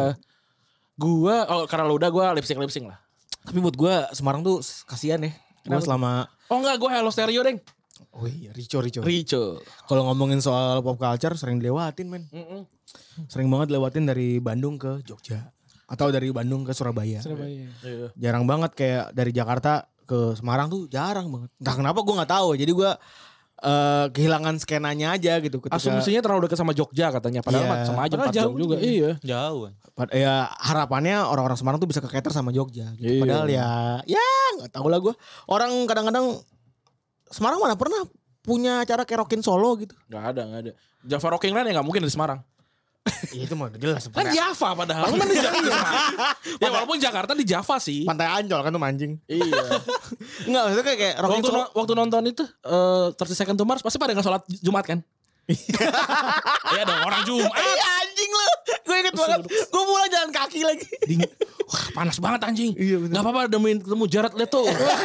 Karena lu udah gue lip sync lah. Tapi buat gue Semarang tuh kasihan ya. Gue selama Oh enggak, gue Hello Stereo deng. oh iya Rico. Rico. Kalau ngomongin soal pop culture sering dilewatin men. Sering banget dilewatin dari Bandung ke Jogja. Atau dari Bandung ke Surabaya. Iya. Jarang banget kayak dari Jakarta ke Semarang tuh jarang banget. Entah kenapa gue gak tahu. Jadi gue kehilangan skenanya aja gitu. Ketika, Asumsinya terlalu dekat sama Jogja katanya. Padahal Iya. mah sama aja Padahal 4 jam jauh juga. juga. Iya. Jauh. ya harapannya orang-orang Semarang tuh bisa keketer sama Jogja. Gitu. Iya. Padahal ya gak tahu lah gue. Orang kadang-kadang Semarang mana pernah punya acara kerokin Solo gitu. Gak ada. Java Rocking Land ya gak mungkin di Semarang. Itu mah jelas Kan Java padahal. Kan di Jakarta. Ya walaupun Jakarta di Java sih. Pantai Ancol kan tuh mancing. Iya. Enggak maksudnya kayak Rocking Solo. Waktu nonton itu 30 Second to Mars pasti pada gak sholat Jumat kan? Iya dong orang Jumat. Iya anjing lu. Gue inget banget. Gue pulang jalan kaki lagi. Wah panas banget anjing. Iya, bener. Gak apa-apa demi ketemu Jared Leto.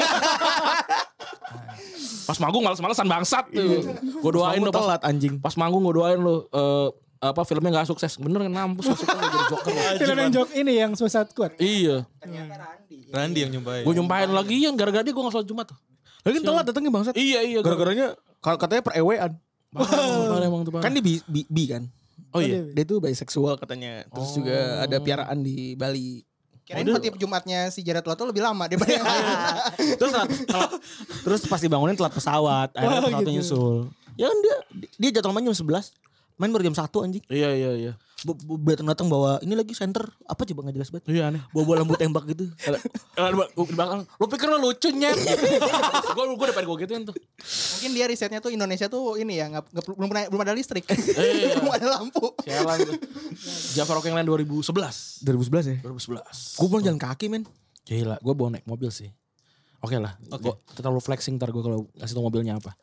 Pas manggung males-malesan bangsat tuh. Gue doain Kamu lo pas, telat anjing. pas manggung gue doain lo filmnya gak sukses. Bener kan mampus masuknya jadi Joker. Film yang joke ini yang Suicide Squad. Iya. Randy yang nyumpahin. Gue nyumpahin lagi yang gara-gara dia gue gak sholat Jumat tuh. Lagi telat datangnya bangsat. Iya. Gara-garanya katanya per EW-an. Parah emang tuh parah. Kan dia bi kan. Oh iya. Dia tuh bisexual katanya. Terus juga ada piaraan di Bali. Kirain khotib Jumatnya si Jared Leto lebih lama daripada yang lain. Terus pas dibangunin telat pesawat. Akhirnya pesawatnya gitu. nyusul. Ya kan dia jadwal main jam 11. Main baru jam 1 anjing. Iya. Datang bawa ini lagi center. Apa coba gak jelas banget. Iya aneh. Bawa lampu tembak gitu. Di belakang, lu pikir lu lucu nyet. Gue udah pengen gue gituin tuh. Mungkin dia risetnya tuh Indonesia tuh ini ya belum ada listrik. Iya. Belum ada lampu. Sialan tuh. Java Rocking Land 2011. 2011 ya? 2011. Gue pulang jalan kaki men. Gila, gue bawa naik mobil sih. Oke lah. Gua terlalu flexing ntar gue kalau ngasih tau mobilnya apa.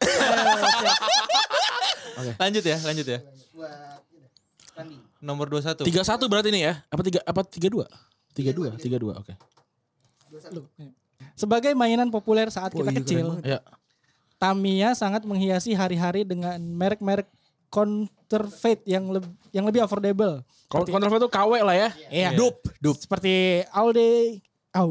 Lanjut ya. Buat Randy. Nomor 21. 31 berarti nih ya? Apa 32? 32, oke. Sebagai mainan populer saat kita iya, kecil, keren banget. Ya. Tamiya sangat menghiasi hari-hari dengan merek-merek counterfeit yang lebih affordable. Counterfeit itu KW lah ya. Iya. Dup. Seperti Audi,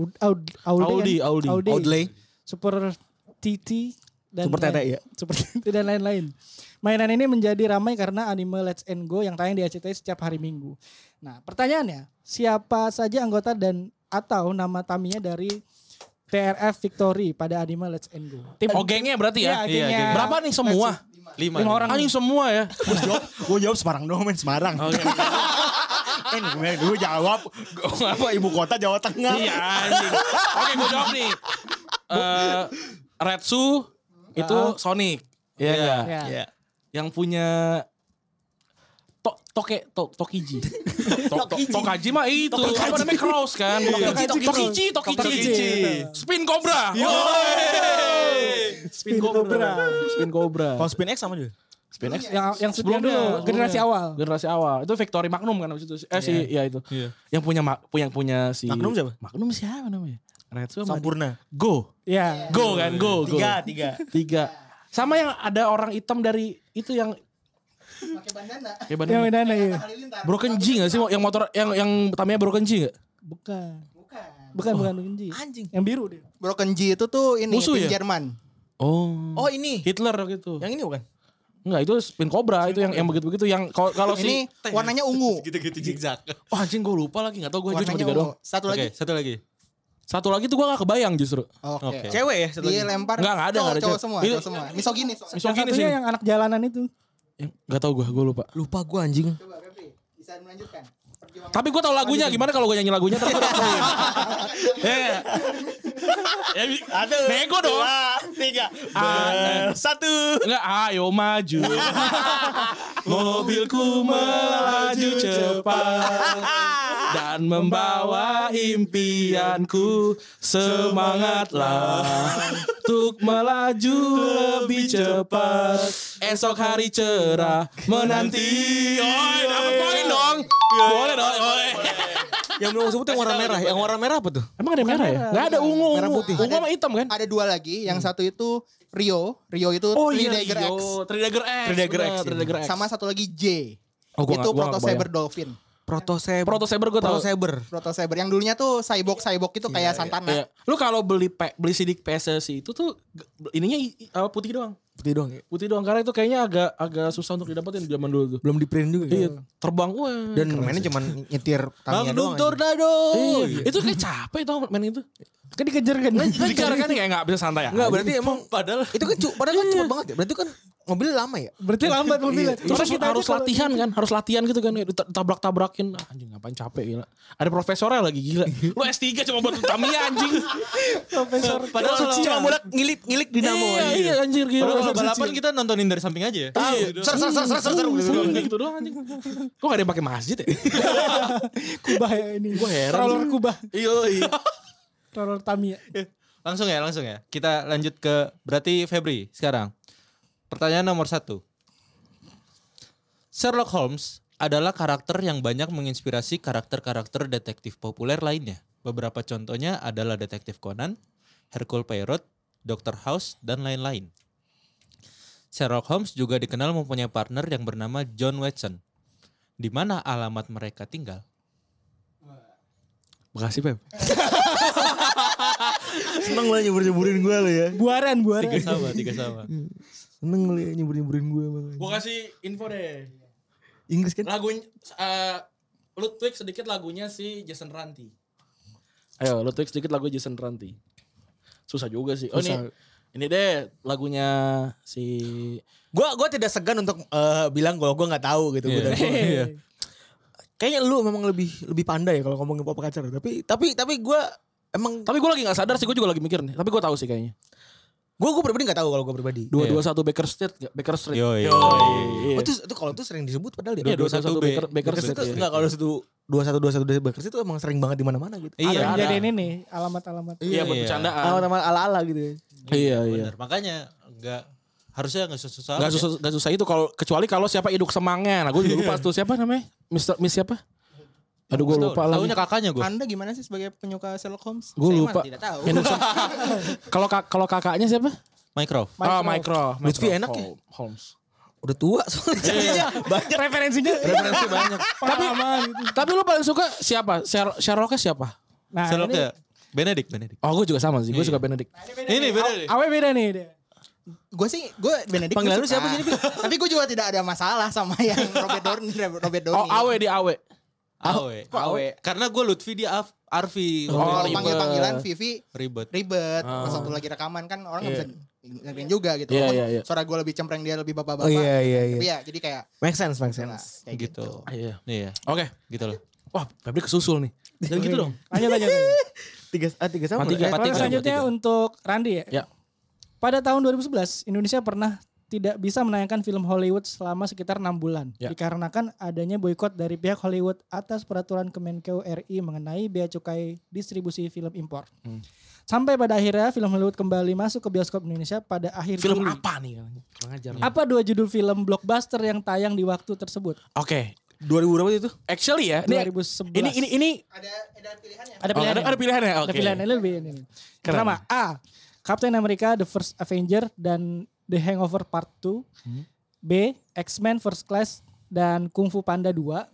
Audley. Super TT dan Super Tete ya. Super TT dan lain-lain. Mainan ini menjadi ramai karena anime Let's and Go yang tayang di RCTI setiap hari Minggu. Nah, pertanyaannya, siapa saja anggota dan atau nama Tamiya dari TRF Victory pada anime Let's and Go? Oh gengnya berarti ya? Iya, gengnya. Berapa nih semua? 5 orang. Anjing semua ya? Gue jawab Semarang doang men. Semarang. Gue jawab. Apa ibu kota Jawa Tengah. Iya anjing. Oke gue jawab nih. Retsu itu Sonic. Iya enggak? Ya. Yang punya Tokiji. Tokaji mah itu. Apa namanya Cross kan? Tokichi. Spin Cobra. Spin Cobra. Spin Cobra. Kalau Spin X sama juga. Spin X. Yang sebelumnya generasi awal. Generasi awal. Itu Victory Magnum kan abis itu. Ya itu. Iya. Yang punya si Magnum siapa? Magnum siapa namanya? Retsu sama Sampurna. Go. Ya. Go kan, go. Tiga. Sama yang ada orang hitam dari itu yang Pakai bandana. kayak Yang bandana. bedanya ya. Halilintar. Broken G gak sih? Yang motor yang Tamiya Broken G gak? Bukan Bukan. Genji. Anjing. Yang biru dia. Broken G itu tuh ini Musuh tim ya? Jerman. Oh ini. Hitler gitu. Yang ini bukan? Enggak, itu Spin Cobra itu yang begitu-begitu yang kalau Ini si warnanya ungu. Gitu-gitu zigzag. wah anjing gue lupa lagi enggak tahu gue cuma Warnanya 3 doang. ungu. Satu lagi. Satu lagi. Satu lagi tuh gue gak kebayang justru. Oke. Oke. Cewek ya? Satu lagi? Dilempar. Enggak ada, enggak ada Cowok cewek. semua, Itu- cowok semua. Misogini. Misogini Satunya sih. yang anak jalanan itu. Enggak tahu gue lupa. Lupa gue anjing. Coba Febri, bisa melanjutkan. Perjuangan. Tapi gue tahu lagunya gimana kalau gue nyanyi lagunya terus gue dapetin. Ya, nego dong. 2, 3. 1. Enggak, ayo maju. Mobilku melaju cepat dan membawa impianku. Semangatlah untuk melaju lebih cepat. Esok hari cerah menanti. Oi, dapat poin dong. Boleh dong. Yang belum sebut yang warna merah. Yang warna merah apa tuh? Emang ada merah ya? Enggak ada ungu. Merah putih. Ungu sama hitam kan? Ada 2 lagi, yang satu itu Rio itu Three Dagger X. Three Dagger X. Three Dagger X. Sama satu lagi J. Oh, gua itu nggak- gua Proto nggak Saber Dolphin. Proto Saber gue tau. Proto Saber yang dulunya tuh cyborg itu kayak Santana. Iya. Lu kalau beli sidik PSSI itu tuh ininya putih doang. Putih doang ya. Putih doang karena itu kayaknya agak susah untuk didapetin zaman dulu tuh. Belum di print juga Iya, ya. terbang wah. Dan mainnya cuma nyetir Tamiya Magnum doang. Tornado. Iya. Itu kayak capek tau main itu. Kan dikejar kan. Ngejar kan kayak enggak bisa santai ya. Enggak, berarti emang Padahal itu kan padahal kan cepet banget ya. Berarti kan mobilnya lama ya. Berarti lambat mobilnya. Terus Kita harus aja kalau- latihan kan, harus latihan gitu kan, ditabrak-tabrakin. Anjing ngapain capek gila. Ada profesornya lagi gila. Lu S3 cuma buat Tamiya anjing. Profesor. Padahal kalau Cuma bolak ngilik dinamo Iya, aja. iya anjir gila. Padahal kalau balapan kita nontonin dari samping aja ya. Ser Kayak gitu doang anjing. Kok gak ada yang pakai masjid ya? Kubah ya ini. Gua heran Roller sih. kubah. Iya. Roller Tamiya. Langsung ya. Kita lanjut ke berarti Febri sekarang. Pertanyaan nomor 1. Sherlock Holmes adalah karakter yang banyak menginspirasi karakter-karakter detektif populer lainnya. Beberapa contohnya adalah Detektif Conan, Hercule Poirot, Dr. House, dan lain-lain. Sherlock Holmes juga dikenal mempunyai partner yang bernama John Watson. Di mana alamat mereka tinggal? Makasih Pep. Seneng lah nyebur-nyeburin gue lo ya. Buaran. Tiga sama. Seneng lo ya nyebur-nyeburin gue banget. Gua kasih info deh. Inggris kan? Lagunya lu tweak sedikit lagunya si Jason Ranti. Ayo, lu tweak sedikit lagu Jason Ranti. Susah juga sih. Oh Susah. ini deh lagunya si Gue tidak segan untuk bilang kalau gue nggak tahu gitu. Gua dari- Kayaknya lu memang lebih pandai ya kalau ngomongin pop culture. Tapi gue emang tapi gue lagi nggak sadar sih, gue juga lagi mikir nih. Tapi gue tahu sih kayaknya. gue pribadi nggak tahu kalau gue pribadi. 221 Baker Street. Yo. Oh, itu kalau itu sering disebut padahal Iya, dia. 221 Baker Baker Street. Street itu Iya. enggak kalau itu 21 Baker Street itu emang sering banget di mana-mana gitu. Iya. Ada jadi ini alamat-alamat. Iya, buat Iya. bercandaan. Alamat ala-ala gitu ya. Iya. Bener. Makanya harusnya nggak susah. Gak susah itu kecuali kalau siapa Iduk Semangnya. Nah, gue juga lupa tuh siapa namanya? Miss siapa? Aduh, gue lupa lagi. Tahunya kakaknya gue. Anda gimana sih sebagai penyuka Sherlock Holmes? Gue Saya lupa. mah tidak tahu. Kalau kakaknya siapa? Mycroft. Oh, Mycroft. Lutfi enak ya? Holmes. Udah tua soalnya. Banyak referensinya. Referensi banyak. Pengalaman gitu. Tapi lu paling suka siapa? Sherlocknya siapa? Nah, Sherlock ini ya. Benedict. Oh, gue juga sama sih. Gue suka Benedict. Ini beda nih. Awe beda nih dia. Gue Benedict Panggilan gua lu suka. siapa sih ini, Pi? Tapi gue juga tidak ada masalah sama yang Robert Downey. Oh, Awe di Awe. Awe. Karena gue Lutfi dia Arfi. Oh, Kalau ribet. panggil-panggilan Vivi Ribet. ribet. Pas waktu lagi rekaman kan orang nggak bisa dengerin juga gitu. Iya, Walaupun iya, iya. Suara gue lebih cempreng, dia lebih bapak-bapak. Oh iya. Tapi ya jadi kayak Make sense. lah, kayak Gitu. Iya. Iya. Oke. Gitu loh. Wah, Febri kesusul nih. Jangan gitu dong. Lanjut. Tiga sama. Tiga. Kalau selanjutnya untuk Randi ya. Ya. Pada tahun 2011 Indonesia pernah tidak bisa menayangkan film Hollywood selama sekitar 6 bulan. Ya. Dikarenakan adanya boikot dari pihak Hollywood atas peraturan Kemenkeu RI mengenai bea cukai distribusi film impor. Sampai pada akhirnya film Hollywood kembali masuk ke bioskop Indonesia pada akhir Film Juli. apa nih? Kurang ajar. Apa 2 judul film blockbuster yang tayang di waktu tersebut? Oke. 2000 berapa itu? Actually ya, 2011. ini ada pilihannya. Ada pilihannya. ada pilihannya. Ada Oke. pilihannya lebih ini. Pertama, A. Captain America The First Avenger dan The Hangover Part 2. B. X-Men First Class dan Kung Fu Panda 2.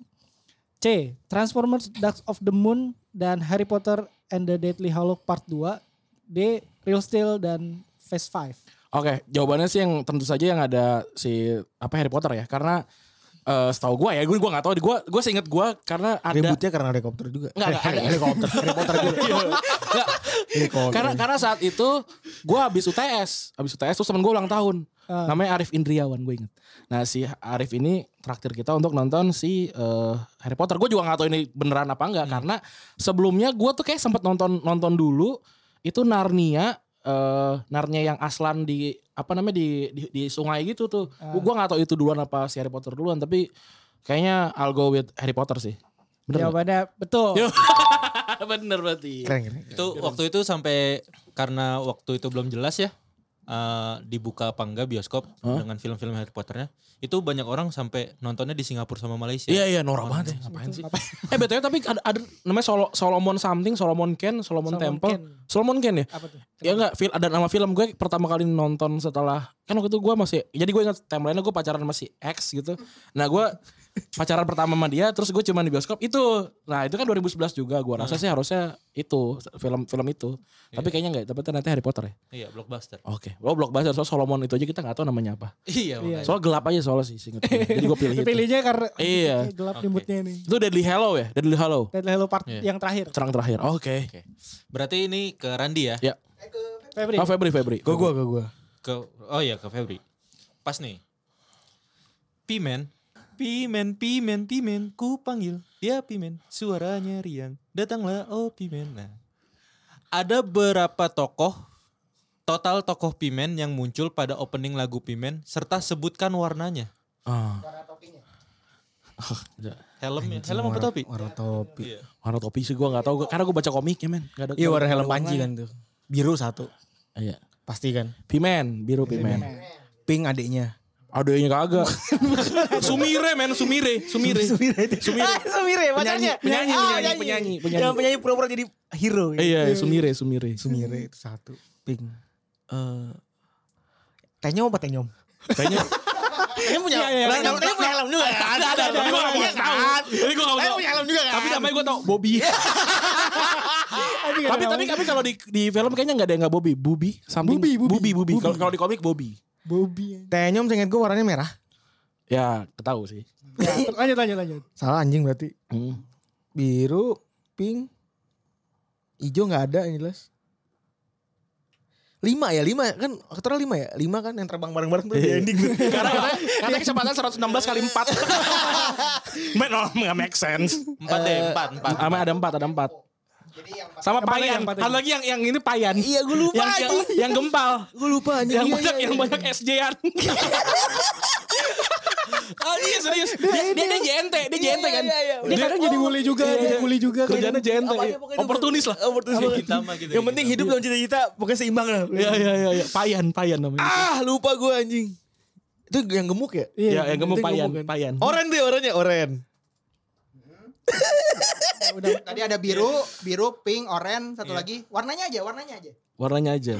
C. Transformers Dark of the Moon dan Harry Potter and the Deathly Hallows Part 2. D. Real Steel dan Phase 5. Oke, jawabannya sih yang tentu saja yang ada si Harry Potter ya, karena setahu gue ya, gue nggak tahu, gue seinget gue karena ada Ributnya karena ada helikopter juga. Nggak, ada. Helikopter. Harry Potter juga. Nggak. karena saat itu gue habis UTS terus temen gue ulang tahun, namanya Arif Indriawan, gue inget. Nah si Arif ini traktir kita untuk nonton si Harry Potter. Gue juga nggak tahu ini beneran apa enggak, karena sebelumnya gue tuh kayak sempet nonton dulu itu Narnia yang Aslan di apa namanya di sungai gitu tuh. Gue nggak tahu itu duluan apa si Harry Potter duluan, tapi kayaknya I'll go with Harry Potter sih. Bener nggak? Jawabannya betul. Bener berarti. Keren. Itu waktu itu sampai karena waktu itu belum jelas ya dibuka apa enggak bioskop dengan film-film Harry Potternya. Itu banyak orang sampai nontonnya di Singapura sama Malaysia. Iya norak banget ya. Ngapain sih? BTW tapi ada namanya Solomon Temple. Solomon Ken ya? Apa tuh? Ya enggak, ada nama film gue pertama kali nonton setelah kan waktu itu gue masih, jadi gue ingat timeline-nya gue pacaran sama si X gitu. Nah gue pacaran pertama sama dia, terus gue cuma di bioskop itu. Nah itu kan 2011 juga, gue rasa sih harusnya itu film itu. Tapi kayaknya enggak, tapi ternyata Harry Potter ya. Iya, blockbuster. Oke, blockbuster. Soal Solomon itu aja kita nggak tahu namanya apa. Iya, makanya. Soal gelap aja soalnya sih seinget gue. Jadi gue pilih itu. Pilihnya karena Iya. gelap di moodnya ini. Itu Deadly Hallow ya? Deadly Hallow. Deadly Hallow part Iya. yang terakhir. Serang terakhir. Oke. Oke. Berarti ini ke Randi ya? Ya. Febri. Oh Febri. Gue. Oh iya, ke Febri. Pas nih. Pimen, ku panggil dia Pimen, suaranya riang, datanglah oh Pimen. Nah, ada berapa total tokoh Pimen yang muncul pada opening lagu Pimen, serta sebutkan warnanya. Helmnya, helm apa topi? Warna topi. Iya. Warna topi sih gue gak tahu, karena gue baca komiknya men. Gak ada, Iya warna helm panji kan tuh. Biru satu. Iya. Pasti kan. Pimen, biru Pimen. Pink adiknya. Adanya kagak. Sumire men, Sumire. Sumire pacarnya. Penyanyi. Yang penyanyi pura-pura jadi hero. Iya, Sumire. Sumire itu satu. Pink. Tenyom apa tenyom? Kayaknya Tenyom punya. Tenyom punya helm juga. ada. Tapi gue gak mau tahu. Jadi gue gak mau tahu. punya helm juga kan. Tapi namanya gue tau Bobby. Tapi kalau di film kayaknya gak ada yang gak Bobby. Bubi. Kalau di komik Bobby. Bobby. Tenyom seinget gue warnanya merah. Ya, ketahu sih. Ya, lanjut. Salah anjing berarti. Biru, pink, hijau nggak ada yang jelas. 5 kan aktornya 5 ya. 5 kan yang terbang bareng-bareng tuh di ending. Karena kecepatan 116 kali 4. Nggak make sense. 4 deh, 4. Ada 4. Jadi yang Sama Payan. Ada lagi yang ini Payan. Iya gue lupa Yang gempal. Gue lupa anjing. Yang banyak SJ-an. Oh iya serius. Dia JNT kan. Dia kadang jadi bully juga, Kerjanya JNT. Oportunis lah. Gitu. Yang penting hidup dalam cita-cita pokoknya seimbang lah. Iya. Payan namanya. Lupa gue anjing. Itu yang gemuk ya? Iya, yang gemuk Payan. Oren tuh ya orangnya, oren. udah tadi ada biru, pink, oranye, satu lagi. Warnanya aja.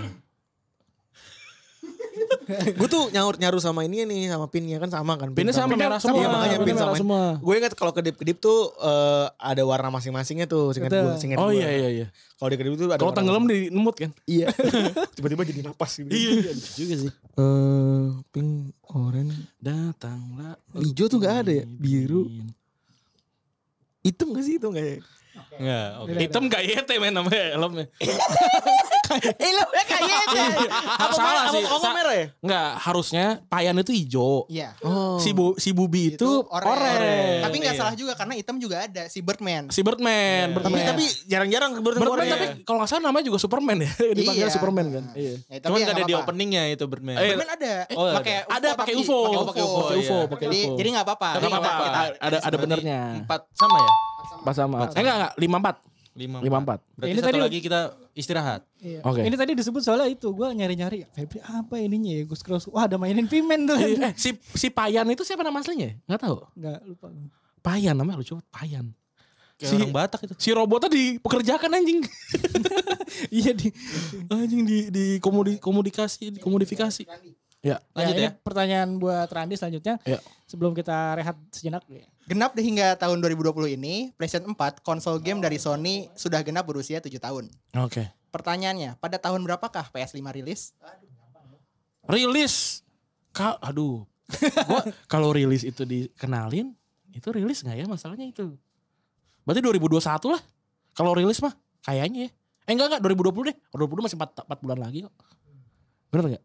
Gue tuh nyaru sama ini nih, sama pinnya kan sama kan. Pinnya sama merah semua. Iya makanya pin sama semua. Gue ingat kalau kedip-kedip tuh ada warna masing-masingnya tuh. Seingat Oh gue. iya. Kalau di kedip tuh ada. Kalau tenggelam di nemut kan. Iya. Tiba-tiba jadi napas gitu. Iya juga sih. Pink, oranye. Datanglah. Hijau tuh gak ada ya? Biru. Hitam gak sih? Hitam gak ya? Enggak, oke. Hitam gak YT men namanya helmnya. Helmnya kayak gitu. Salah sih. Apa merah ya? Enggak, harusnya Payan itu hijau. Iya. Oh. Si Bubi itu oranye. Tapi nggak salah juga karena hitam juga ada si Birdman. Si Birdman. Tapi jarang-jarang Birdman tapi kalau nggak salah namanya juga Superman ya. Dipanggil Iya. Superman kan. Iya. Ya, Cuman ya gak ada nggak di apa-apa. openingnya itu Birdman. Birdman ada. Oh, Ada pakai UFO. Pakai UFO. Pakai Jadi UFO. jadi nggak apa-apa. Nggak apa-apa. Ada benernya. 4 sama ya? Pas sama. Enggak 54. 54. Berarti Ini Ini satu tadi- lagi kita istirahat. Iya. Oke. Ini tadi disebut soalnya itu gue nyari-nyari Febri apa ininya ya gue scroll. Wah ada mainin Pimen tuh. Si Payan itu siapa nama aslinya? Enggak tahu. Enggak lupa. Payan namanya lucu banget, Payan. Kayak Si- orang Batak itu. Si robotnya dipekerjakan anjing. Iya di. Anjing komodifikasi. Ya. Lanjut ini ya. pertanyaan buat Randi selanjutnya. Ya. Sebelum kita rehat sejenak. Genap deh hingga tahun 2020 ini, PlayStation 4, konsol game dari Sony sudah genap berusia 7 tahun. Oke. Pertanyaannya, pada tahun berapakah PS5 rilis? Rilis. Aduh. Gua kalau rilis itu dikenalin, itu rilis enggak ya masalahnya itu. Berarti 2021 lah. Kalau rilis mah kayaknya ya. Enggak 2020 deh. 2020 masih 4 bulan lagi kok. Bener enggak?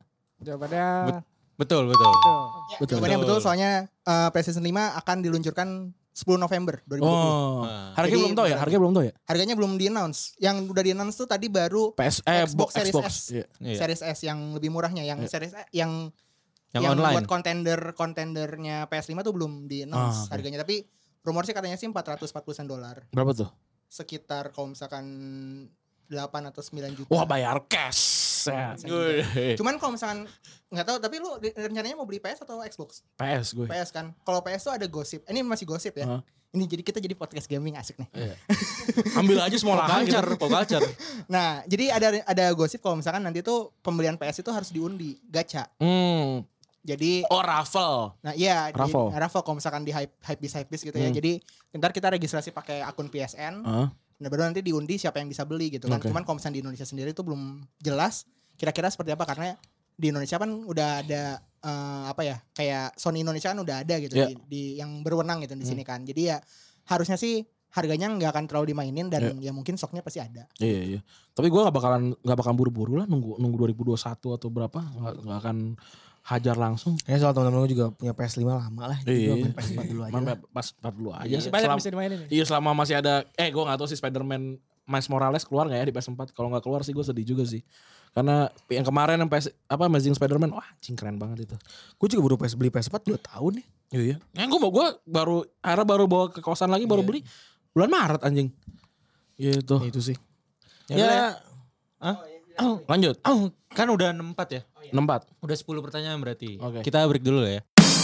Jawabannya Betul. betul. Jawabannya betul, soalnya PlayStation 5 akan diluncurkan November 2020. Oh. Harganya Jadi, belum tahu ya? Harganya belum tahu ya? Harganya belum di-announce. Yang udah di-announce tuh tadi baru Xbox Series S. Iya. Series S yang lebih murahnya, yang Series S, yang online. buat kontendernya PS5 tuh belum di-announce harganya, tapi rumor sih katanya sih $440. Berapa tuh? Sekitar kalau misalkan 8 atau 9 juta. Wah, bayar cash. Ya. Cuman kalau misalkan nggak tahu, tapi lu rencananya mau beli PS atau Xbox? PS gue. PS kan. Kalau PS tuh ada gosip. Ini masih gosip ya. Ini jadi kita jadi podcast gaming asik nih. Iya. Ambil aja semua lahan gitu. Pop culture. Nah, jadi ada gosip kalau misalkan nanti tuh pembelian PS itu harus diundi, gacha. Jadi raffle. nah iya, Raffle. raffle kalau misalkan di hypebeast gitu ya. Jadi ntar kita registrasi pakai akun PSN. Nah, baru nanti diundi siapa yang bisa beli gitu kan. Cuman kalau misalkan di Indonesia sendiri itu belum jelas kira-kira seperti apa, karena di Indonesia kan udah ada kayak Sony Indonesia kan udah ada gitu di yang berwenang gitu di sini kan. Jadi ya harusnya sih harganya nggak akan terlalu dimainin dan ya mungkin stoknya pasti ada. Iya. Tapi gue nggak bakalan buru-buru lah nunggu 2021 atau berapa, nggak akan hajar langsung. Kayaknya soal temen-temen gue juga punya PS5 lama lah. Iya. Main PS4 dulu aja. Main PS4 dulu aja. Masih banyak bisa dimainin nih. Iya, selama masih ada. Gue nggak tahu sih Spider-Man Miles Morales keluar nggak ya di PS4. Kalau nggak keluar sih gue sedih juga sih. Karena yang kemarin yang Amazing Spider-Man, wah anjing keren banget itu. Gue juga baru beli PS4 2 tahun nih. Iya. Yang gue baru bawa ke kosan lagi, baru beli bulan Maret anjing. Gitu. Itu sih. Ya. Lanjut. Kan udah 64 ya? 64. Udah 10 pertanyaan berarti. Oke. Kita break dulu ya.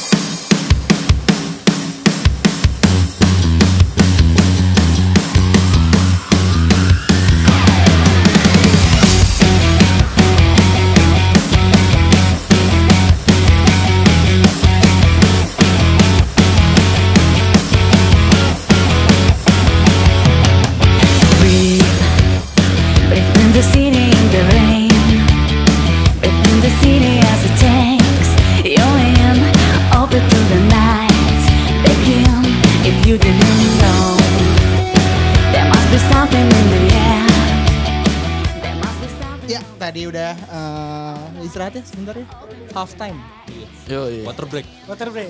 The city in the rain, within the city as it takes you in, open to the night, begin. If you didn't know, there must be something in the air. There must be something. Ya, tadi udah istirahat ya sebentar ya. Half time. Iya. Water break. Water break.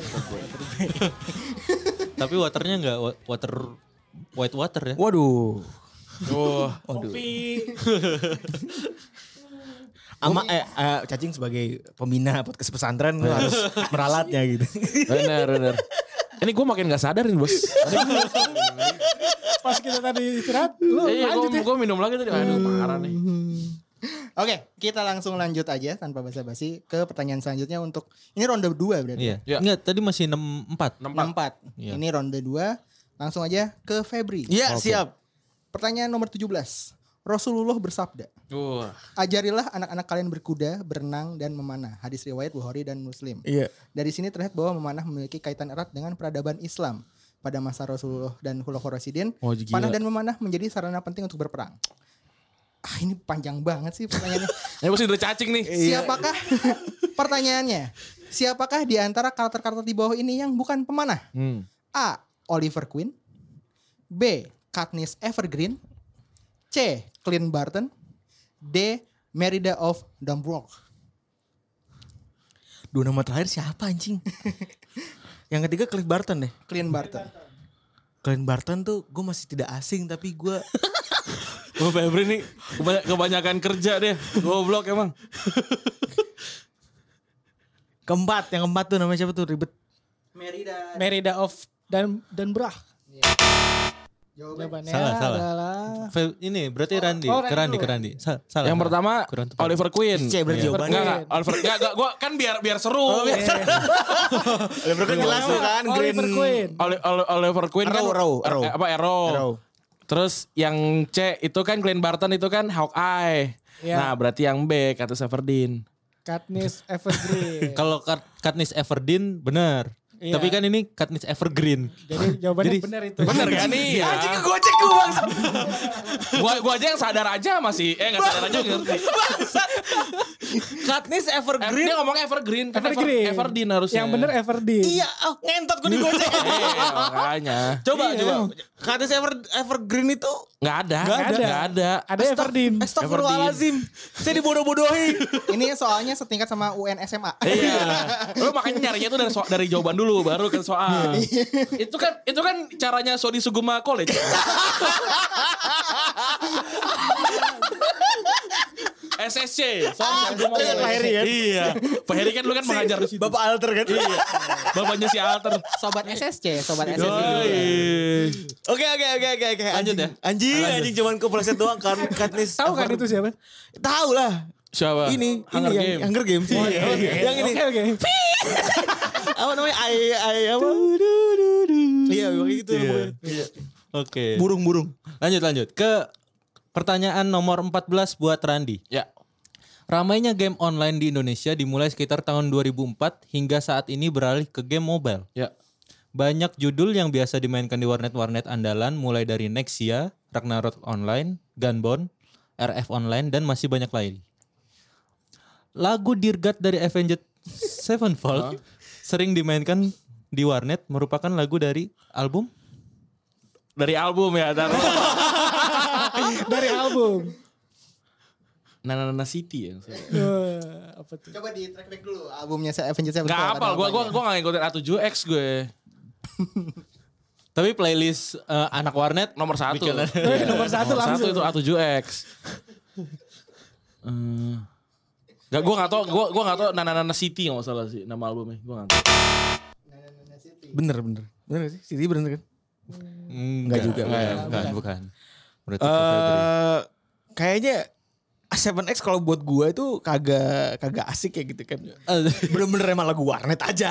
Tapi waternya enggak white water ya. Waduh. Kopi. Cacing sebagai pembina podcast pesantren lu harus meralatnya gitu. Bener. Ini gue makin gak sadar nih bos. Pas kita tadi istirahat, lu lanjut ya. Gue minum lagi tadi. Aduh parah nih. Oke, kita langsung lanjut aja tanpa basa-basi ke pertanyaan selanjutnya untuk ini ronde 2 berarti. Iya. Ya. Enggak, tadi masih 64. 64. Iya. Ini ronde 2. Langsung aja ke Febri. Iya, siap. Pertanyaan nomor 17. Rasulullah bersabda, ajarilah anak-anak kalian berkuda, berenang, dan memanah. Hadis riwayat Bukhari dan Muslim. Iya. Dari sini terlihat bahwa memanah memiliki kaitan erat dengan peradaban Islam. Pada masa Rasulullah dan Khulafaur Rasyidin, panah dan memanah menjadi sarana penting untuk berperang. Ini panjang banget sih pertanyaannya. Ini pasti udah cacing nih. Siapakah pertanyaannya? Siapakah di antara karakter-karakter di bawah ini yang bukan pemanah? A. Oliver Queen. B. Katniss Evergreen. C. Clint Barton. D. Merida of Dumbrock. 2 nama terakhir siapa anjing? Yang ketiga Clint Barton deh. Clint Barton. Clint Barton tuh gue masih tidak asing tapi gue Gue Febri nih kebanyakan kerja deh. Goblok emang. yang keempat tuh namanya siapa tuh ribet. Merida of dan Brah. Jawabannya Salah. adalah Ini berarti Randi. Ke Randi. Salah. Yang pertama Kurang tepat. Oliver Queen. C berarti jawabannya. Enggak, Oliver. Enggak, gue kan biar seru. Oliver Queen jelas tuh kan Oliver Queen. Oliver Queen kan Arrow. Terus yang C itu kan Clint Barton itu kan Hawkeye. Iya. Nah, berarti yang B Katniss Everdeen. Katniss Evergreen. Kalau Katniss Everdeen benar. Iya. Tapi kan ini Katniss Evergreen. Jadi jawabannya benar itu. Bener kan nih? Ya. Anjing gocek gue bangsa. Gua aja yang sadar aja masih enggak sadar aja ngerti. Katniss Evergreen. Dia ngomong Evergreen, kan Evergreen. Everdeen harusnya. Yang benar Everdeen. Iya, ngentot gue digocek. Makanya. Coba. Katniss Evergreen itu Enggak ada. Ada Everdeen. Astagfirullahaladzim. Saya dibodoh-bodohi. Ini soalnya setingkat sama UN SMA. Iya. Lu makanya nyarinya tuh dari jawaban dulu baru ke soal. Itu kan caranya Sodi Suguma College. SSC. Pak Heri kan? Iya. Pak Heri kan lu kan mengajar di situ. Bapak Alter kan? Iya. Bapaknya si Alter. Sobat SSC. Oke. Lanjut ya? Anjing cuman kepleset doang kan. Katniss. Tahu kan itu siapa? Tahu lah. Siapa? Ini Hunger yang Game. Hunger Games. Yang ini. Oke. Apa namanya? Apa? Iya, kayak gitu. Oke. Burung. Lanjut ke pertanyaan nomor 14 buat Randi. Ya. Ramainya game online di Indonesia dimulai sekitar tahun 2004 hingga saat ini beralih ke game mobile. Ya. Banyak judul yang biasa dimainkan di warnet-warnet andalan mulai dari Nexia, Ragnarok Online, Gunbound, RF Online, dan masih banyak lain. Lagu Dear God dari Avenged Sevenfold sering dimainkan di warnet merupakan lagu dari album? Dari album ya. Dari album. Nana City ya. Apa tuh? Coba di track back dulu albumnya Avenged Sevenfold. Gak hafal, gue gak ngikutin A7X gue. Tapi playlist anak warnet Nomor 1. Nomor 1 langsung. Itu A7X. Gak, gue gak tau Nana City gak salah sih nama albumnya. Gue gak tau. Bener gak sih? Siti bener kan? Enggak juga. Bukan. Menurut Kayaknya A7X kalau buat gua itu kagak asik kayak gitu kan. Bener-bener emang lagu warnet aja.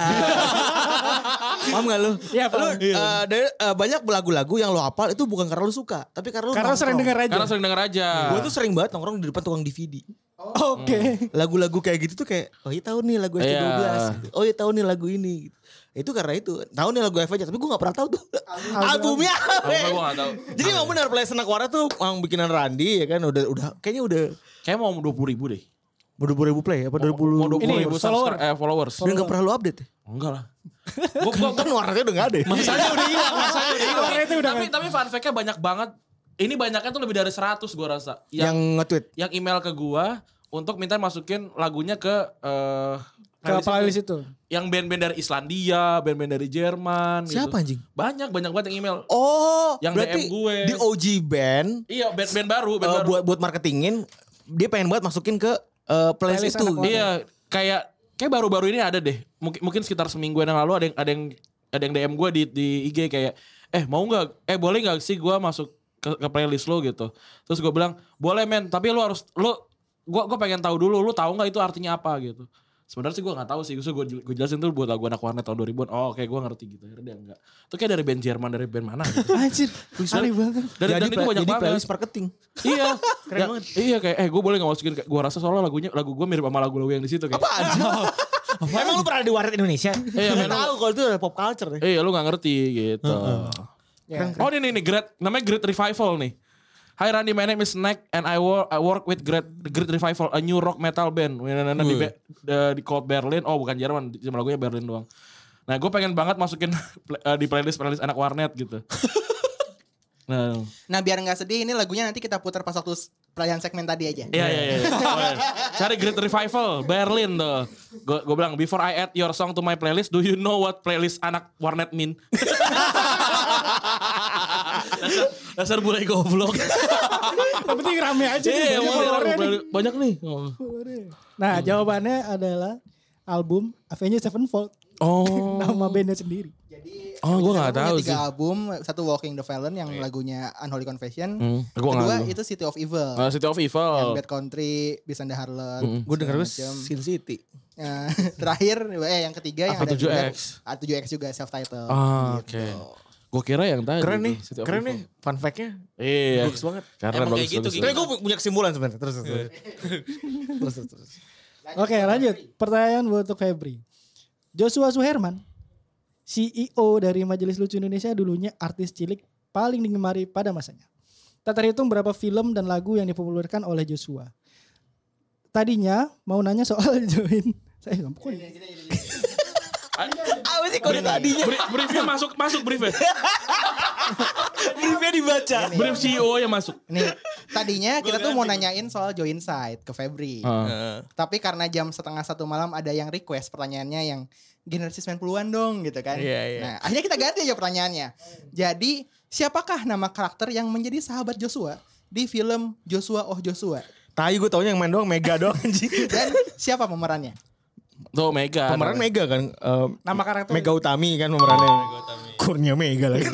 Paham gak lu? Iya, paham. Banyak lagu-lagu yang lo hafal itu bukan karena lu suka, tapi karena lu Sering denger aja. Karena sering denger aja. Gua tuh sering banget nongkrong di depan tukang DVD. Oke. Lagu-lagu kayak gitu tuh kayak, oh iya tahu nih lagu ST12 gitu. Oh iya tahu nih lagu ini gitu. Itu karena itu. Tahu nih lagu Avenged, tapi gue gak pernah tahu tuh albumnya apa. Gue gak tau. Jadi emang benar Playlist Anak Warnet tuh yang bikinan Randi ya kan udah kayaknya udah Kayaknya mau 20.000 deh. 20.000 play apa 20 Mau 20.000 followers. Dan gak pernah lu update ya? Enggak lah. Gua kan warnanya udah gak ada ya? Masanya udah hilang. Itu Tapi fun fact-nya banyak banget. Ini banyaknya tuh lebih dari 100 gue rasa. Yang nge-tweet? Yang email ke gue untuk minta masukin lagunya ke playlist itu. Yang band-band dari Islandia, band-band dari Jerman. Siapa gitu. anjing? Banyak banget yang email. Oh, Yang berarti DM gue. di OG band Iya, band baru. buat marketingin dia pengen banget masukin ke playlist Playlist itu. Anak Warnet. Iya, kayak baru-baru ini ada deh. Mungkin sekitar semingguan yang lalu ada yang DM gue di IG kayak, mau nggak? Boleh nggak sih gue masuk ke playlist lo gitu? Terus gue bilang boleh men, tapi gue pengen tahu dulu, lu tahu nggak itu artinya apa gitu? Sebenarnya sih gue nggak tahu sih, gue jelasin tuh buat lagu anak warnet tahun 2000-an. Oh oke, gue ngerti gitu. Akhirnya dia enggak. Itu kayak dari band Jerman, dari band mana gitu. Anjir, aneh banget. Dan itu banyak jadi banget. playlist marketing. Iya, Keren banget. Iya kayak gue boleh nggak masukin? Gue rasa soalnya lagu gue mirip sama lagu-lagu yang di situ kayak. Apa aja? Emang lu pernah di warnet Indonesia? Iya, Nggak memang. tahu kalau itu ada pop culture ya. Lu gak ngerti gitu. Oh ini namanya Great Revival nih. Hi Randy, my name is Snack and I work with Great Revival, a new rock metal band. Di called Berlin. Oh bukan Jerman, cuma lagunya Berlin doang. Nah gue pengen banget masukin di playlist anak warnet gitu. Nah biar nggak sedih ini lagunya nanti kita putar pas waktu perayaan segmen tadi aja. Iya. Cari Great Revival Berlin tuh. Gue bilang before I add your song to my playlist, do you know what playlist anak warnet mean? Dasar bule goblok. Yang penting rame aja. Iya, banyak nih. Nah jawabannya adalah album Avenged Sevenfold. Oh. Nama bandnya sendiri. Jadi Gue gak punya tahu 3 sih. album, satu Walking the Valen yang lagunya Unholy Confession. Gua Kedua nggak tahu. itu City of Evil. City of Yang Evil. Bad Country, Beast and the Harlot. Gue denger macam. Sin City. Terakhir yang ketiga yang ada juga A7X. A7X juga self title. Oke. Gue kira yang tadi. Keren nih, City of keren Evil. nih. Fun fact-nya. Iya. Bagus banget. Karena Emang kayak bagus, gitu, bagus. Tapi gue punya kesimpulan sebenarnya. Terus. Oke lanjut. Pertanyaan buat untuk Febri. Joshua Suherman, CEO dari Majelis Lucu Indonesia, dulunya artis cilik paling digemari pada masanya. Tak terhitung berapa film dan lagu yang dipopulerkan oleh Joshua. Tadinya mau nanya soal join. Saya gampang. Apa sih kode tadinya? Briefnya masuk briefnya. Briefnya dibaca. Brief CEO yang masuk. Ini tadinya kita tuh mau nanyain soal join site ke Febri. Tapi karena jam 12:30 malam ada yang request pertanyaannya yang generasi 90-an dong gitu kan. Nah, akhirnya kita ganti aja pertanyaannya. Jadi, siapakah nama karakter yang menjadi sahabat Joshua di film Joshua Oh Joshua? Tai gue taunya yang main doang Mega doang anjing. Dan siapa pemerannya? Tuh Mega. Pemeran Mega kan. Nama karakter. Mega Utami kan pemerannya. Kurnia Mega lagi.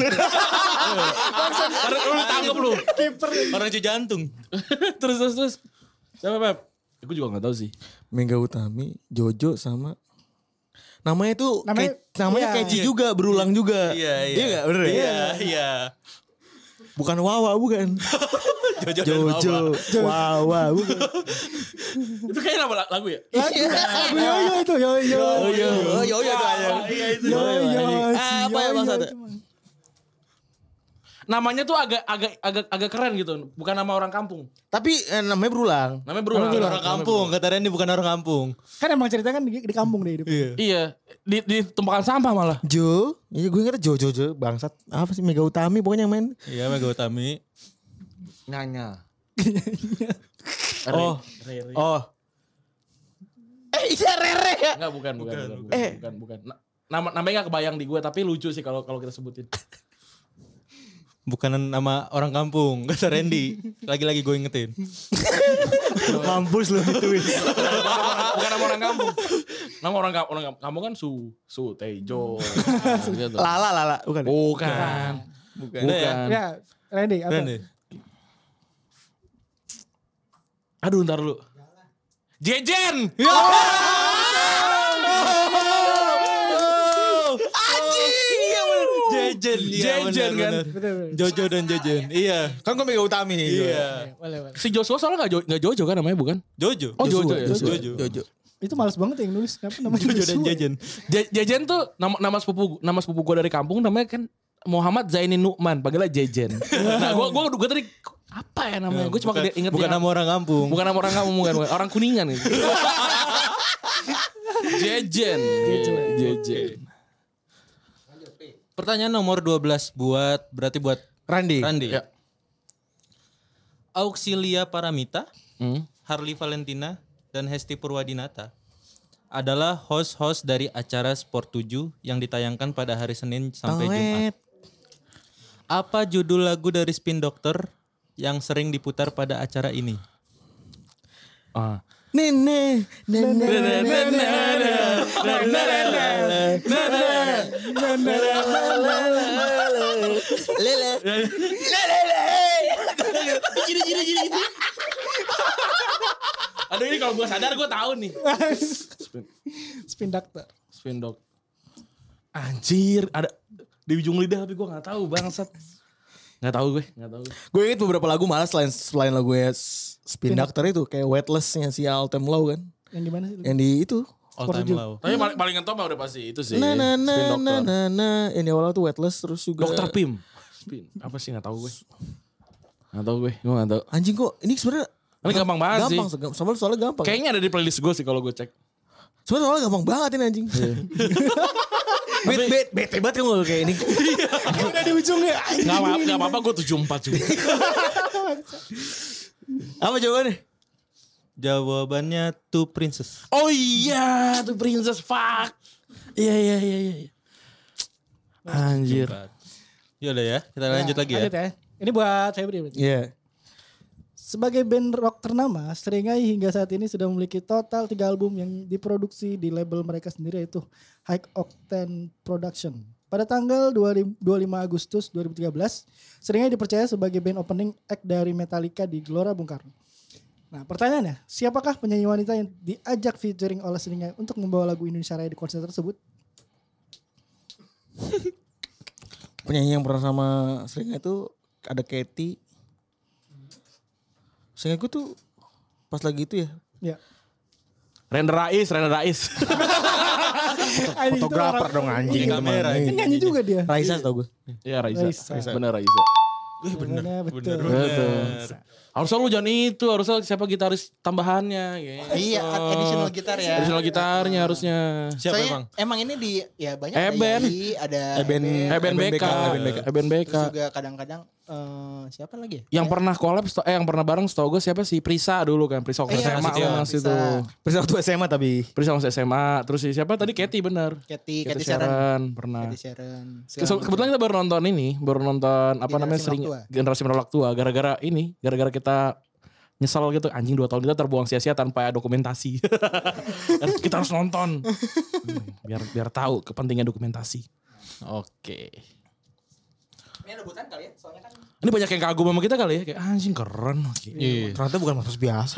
Lu tangkep lu. Orang cuci jantung. Terus. Siapa Pep? Gue juga gak tahu sih. Mega Utami, Jojo sama namanya tuh namanya iya. catchy juga, berulang juga. Iya. Iya gak bener ya? Iya. Bukan Wawa bukan. Jojo. Wawa bukan. Itu kayaknya nama lagu ya? Lagu Yoyo itu Yoyo. Yo itu aja. Yoyo. Apa ya maksudnya? Namanya tuh agak keren gitu. Bukan nama orang kampung. Tapi namanya berulang. Namanya berulang. Orang kampung, kata Randy bukan orang kampung. Kan emang ceritanya kan di kampung deh hidup. Iya. Di tumpukan sampah malah. Jo. Iya gue ingetnya Jojo bangsat. Apa sih Mega Utami pokoknya yang main. Iya, Mega Utami. Nanya. Oh. Iya Rere ya. Enggak, bukan. Namanya gak kebayang di gue, tapi lucu sih kalau kita sebutin. Bukan nama orang kampung, kata Randy. Lagi-lagi gue ingetin. Mampus lu gituin. Bukan nama orang kampung. Nama orang kampung kan Su Tejo. Gitu. Lala. Bukan. Bukan. Ya, Randy apa? Randy. Aduh, ntar lu. Jejen. Jejen kan. Betul. Jojo dan Jejen. Iya. Kan gue Mega Utami. Iya. Boleh. Si Joshua soalnya gak Jojo kan namanya bukan? Jojo. Oh Jojo ya. Jojo. Itu males banget yang nulis. Kenapa namanya Jojo dan Joshua? Jejen. Jejen tuh nama sepupu gue dari kampung namanya kan Muhammad Zaini Nu'man, panggilnya Jejen. Nah, gue tadi apa ya namanya? Gue cuma inget Bukan nama orang kampung. Bukan nama orang kampung, bukan orang Kuningan gitu. Jejen. Pertanyaan nomor 12 buat Randy. Ya. Auxilia Paramita, Harley Valentina, dan Hesti Purwadinata adalah host-host dari acara Sport 7 yang ditayangkan pada hari Senin sampai Jumat. Apa judul lagu dari Spin Doctor yang sering diputar pada acara ini? Nene. Aduh, ini kalau gue sadar gue tahu nih. Spin Doctor. Spin Dog. Anjir, ada di ujung lidah tapi gue nggak tahu bangsat. Nggak tahu gue. Gue inget beberapa lagu malah selain lagu Spin Doctor itu kayak Weightless-nya si All Time Low kan. Yang di mana sih? Yang di itu. All Time Low. Tapi paling ngetop mah udah pasti itu sih. Nah. Spin Doctor. Ini awalnya tuh Weightless terus juga. Dokter Pim. Spin. Apa sih nggak tahu gue. Gue nggak tahu. Anjing kok ini sebenarnya Ini gampang banget sih. Soalnya gampang. Kayaknya ada di playlist gue sih kalau gue cek. Soalnya gampang banget ini anjing. Bete banget kan lo kayak ini. Udah di ujungnya. Gak apa-apa gue 74 juga. Apa jawabannya? Jawabannya Two Princess. Oh iya, tuh Princess fuck. Iya. Anjir. Yaudah ya, kita lanjut lagi ya. Lanjut ya. Ini buat Febri berarti. Iya. Sebagai band rock ternama, Seringai hingga saat ini sudah memiliki total 3 album yang diproduksi di label mereka sendiri yaitu High Octane Production. Pada tanggal 25 Agustus 2013, Seringai dipercaya sebagai band opening act dari Metallica di Gelora Bung Karno. Nah, pertanyaannya, siapakah penyanyi wanita yang diajak featuring oleh Seringai untuk membawa lagu Indonesia Raya di konser tersebut? Penyanyi yang pernah sama Seringai itu ada Katy. Seingat gue tuh pas lagi itu ya. Ya. Render Rais. Fotografer dong anjing. Kamera. Kan nyanyi juga dia. Raisa tau gue. Iya Raisa. Bener Raisa. Bener. Betul. Harusnya lu jangan itu, harusnya siapa gitaris tambahannya gitu. Iya, additional gitar ya. Additional gitarnya harusnya. Siapa Soalnya emang ini di ya banyak Eben. ada Yayi, ada Eben BK. terus juga kadang-kadang Siapa lagi? Yang pernah collab, yang pernah bareng setahu gue siapa sih? Prisa dulu kan, Prisa waktu Iya, SMA Prisa. mas itu. Prisa waktu SMA tapi. Prisa waktu SMA, terus siapa tadi Katy bener. Katy Katy Sharon. Sharon pernah. Katy Sharon. Kebetulan kita baru nonton apa namanya Generasi Menolak Tua. Generasi Menolak Tua gara-gara kita nyesel gitu anjing 2 tahun kita terbuang sia-sia tanpa dokumentasi. Kita harus nonton. Biar tahu kepentingan dokumentasi. Oke. Ini rebutan kali ya, soalnya kan. Ini banyak yang kagum sama kita kali ya, kayak anjing keren. Iya. Ternyata bukan manusia biasa.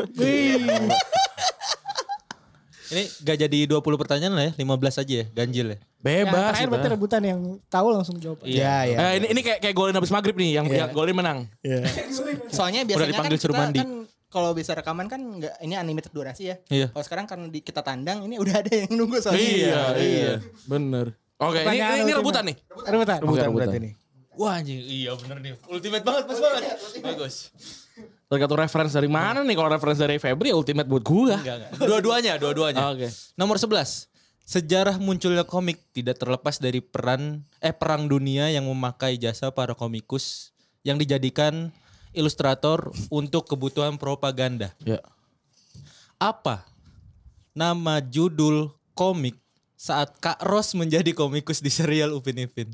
Ini gak jadi 20 pertanyaan lah ya, 15 aja ya, ganjil ya. Yang Bebas. terakhir berarti kita. rebutan yang tahu langsung jawab. Iya. Ini kayak golin habis maghrib nih, yang golin menang. Iya. Soalnya biasanya dipanggil kan suruh kita mandi. kan kalau bisa rekaman kan nggak ini unlimited durasi ya. Iya. Kalau sekarang karena kita tandang ini udah ada yang nunggu soalnya. Iya. Bener. Oke, Pertanyaan ini ultimate. rebutan nih. Rebutan. Rebutan Rebutan. berarti nih. Wah anjing, iya bener nih. Ultimate banget, pas banget. Bagus. Tergantung referensi dari mana nih? Kalau referensi dari Febri ya ultimate buat gua. Enggak. Dua-duanya. Oke. Nomor 11. Sejarah munculnya komik tidak terlepas dari perang dunia yang memakai jasa para komikus yang dijadikan ilustrator untuk kebutuhan propaganda. Ya. Apa nama judul komik saat Kak Ros menjadi komikus di serial Upin Ipin?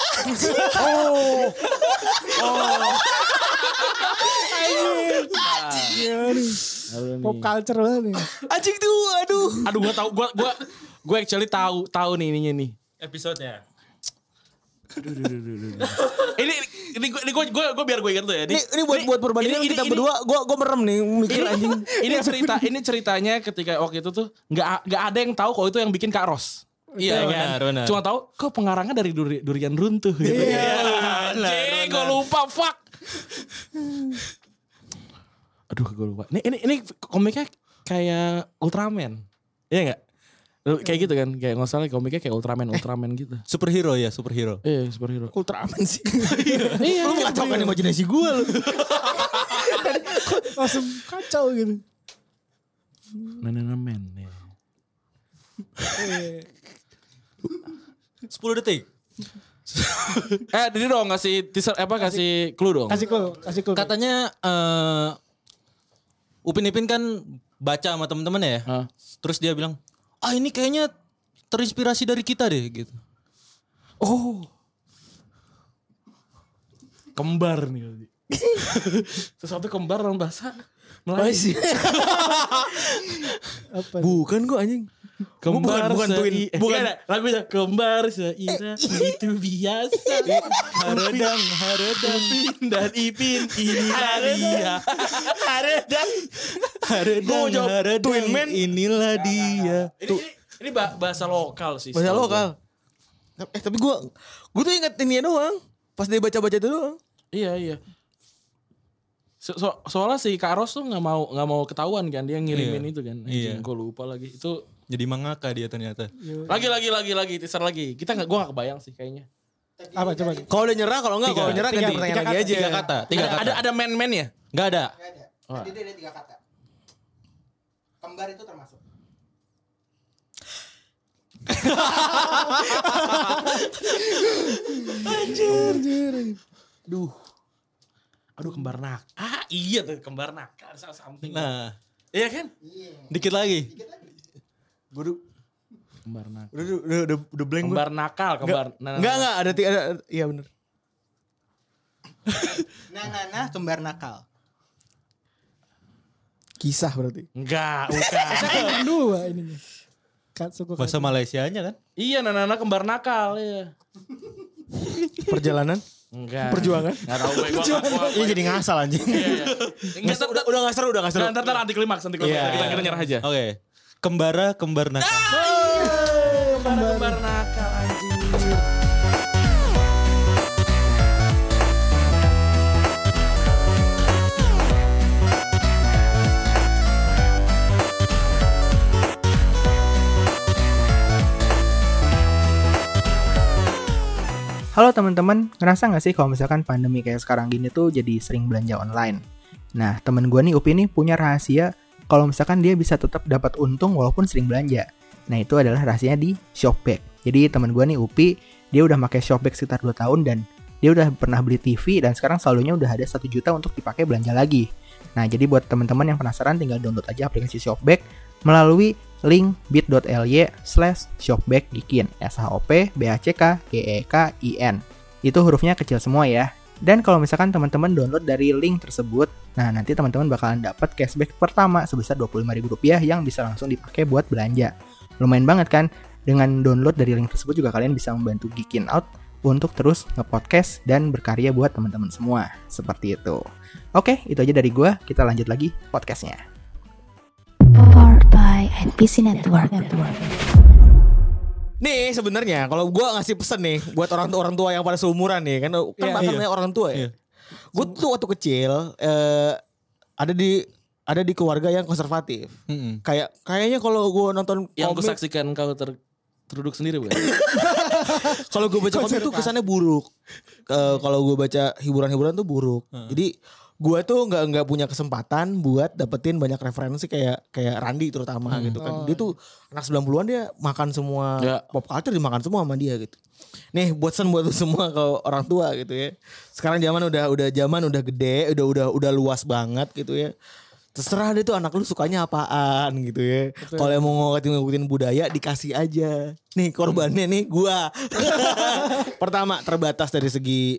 Pop culture banget nih. Anjing tuh, aduh. Aduh, gua tahu, gua actually tahu nih ininya nih. Episodenya. Ini gue biar gue ingat tuh ya. Ini buat perbandingan kita berdua, gua merem nih mikir anjing. Ini ceritanya ketika waktu itu tuh nggak ada yang tahu kalau itu yang bikin Kak Ros. Iya benar. Cuma tahu kok pengarangnya dari durian runtuh gitu. Anjing, gue lupa fuck. Aduh, gue lupa. Ini komiknya kayak Ultraman. Iya enggak? Kayak gitu kan, kayak nggak salah komiknya kayak Ultraman gitu. Superhero ya, superhero. Iya, superhero. Ultraman sih. Iya, Lu mengacaukan imajinasi gue lu. Langsung kacau gitu. Men. Ya. 10 detik. Jadi dong kasih teaser kasih clue dong. Kasih clue. Katanya Upin Ipin kan baca sama temen-temen ya. Terus dia bilang, ini kayaknya terinspirasi dari kita deh gitu. Oh. Kembar nih. Sesuatu kembar dalam bahasa Melayu. Apa? Bukan kok anjing. Kembar bukan twin. Bukan lagunya kembar seira itu biasa. Haredang. Upin dan Ipin inilah dia. Haredang. Twin Man. Inilah dia. Ini bahasa lokal sih. Bahasa setahu lokal. Tapi gue tuh ingetin dia doang. Pas dia baca-baca itu doang. gua. Iya. Soalnya si Kak Ros tuh nggak mau ketahuan kan, dia ngirimin itu kan. Iya. Gue lupa lagi itu. Jadi mangaka dia ternyata. Lagi teaser lagi. Gue gak kebayang sih kayaknya. Apa coba? Kalau udah nyerah, kalau enggak, kalau nyerah ganti pertanyaan lagi aja. 3 kata. 3 kata. Ada men ya? Gak ada. Gak ada. Tadi itu ada 3 kata. Kembar itu termasuk. Anjir. Aduh kembar nak. Iya tuh kembar nakal something. Nah, Iya kan? dikit lagi. Gue Kembar nakal. udah blank gue. Kembar nakal, kembar. Enggak, ada iya bener. Nah, kembar nakal. Kisah berarti. Enggak, bukan. Kan dua ininya. Suku Bahasa Malaysianya kan? Iya, Nana kembar nakal, iya. Perjalanan. Enggak. Perjuangan. Enggak tahu gue. Iya jadi ngasal anjing. Iya. Udah nggak seru. Ntar anti klimaks. Iya. Kita nyerah aja. Oke. Kembar nakal. Kembar nakal anjing. Halo teman-teman, ngerasa gak sih kalau misalkan pandemi kayak sekarang gini tuh jadi sering belanja online? Nah, temen gue nih Upi nih punya rahasia kalau misalkan dia bisa tetap dapat untung walaupun sering belanja. Nah, itu adalah rahasianya di Shopback. Jadi temen gue nih Upi, dia udah pakai Shopback sekitar 2 tahun dan dia udah pernah beli TV dan sekarang saldonya udah ada 1 juta untuk dipakai belanja lagi. Nah, jadi buat teman-teman yang penasaran tinggal download aja aplikasi Shopback melalui link bit.ly/shopbackgikin SHOPBACKGEKIN. Itu hurufnya kecil semua ya. Dan kalau misalkan teman-teman download dari link tersebut, nah nanti teman-teman bakalan dapat cashback pertama sebesar Rp25.000 yang bisa langsung dipakai buat belanja. Lumayan banget kan? Dengan download dari link tersebut juga kalian bisa membantu Geekin Out untuk terus nge-podcast dan berkarya buat teman-teman semua. Seperti itu. Oke, itu aja dari gua. Kita lanjut lagi podcastnya. Powered by NPC Network. Nih sebenarnya kalau gue ngasih pesan nih buat orang tua yang pada seumuran nih kan namanya orang tua ya. Gue tuh waktu kecil ada di keluarga yang konservatif. Kayaknya kalau gue nonton Yang komik, gue saksikan kau terduduk sendiri bukan? kalau gue baca komik tuh kesannya buruk. Kalau gue baca hiburan-hiburan tuh buruk. Jadi gue tuh nggak punya kesempatan buat dapetin banyak referensi kayak Randi terutama gitu kan. Dia tuh anak 90-an dia makan semua pop culture dimakan semua sama dia gitu. Nih buat lu semua kalau orang tua gitu ya. Sekarang zaman udah gede, udah luas banget gitu ya. Terserah deh tuh anak lu sukanya apaan gitu ya. Kalau mau ngikutin budaya dikasih aja. Nih korbannya nih gua. Pertama terbatas dari segi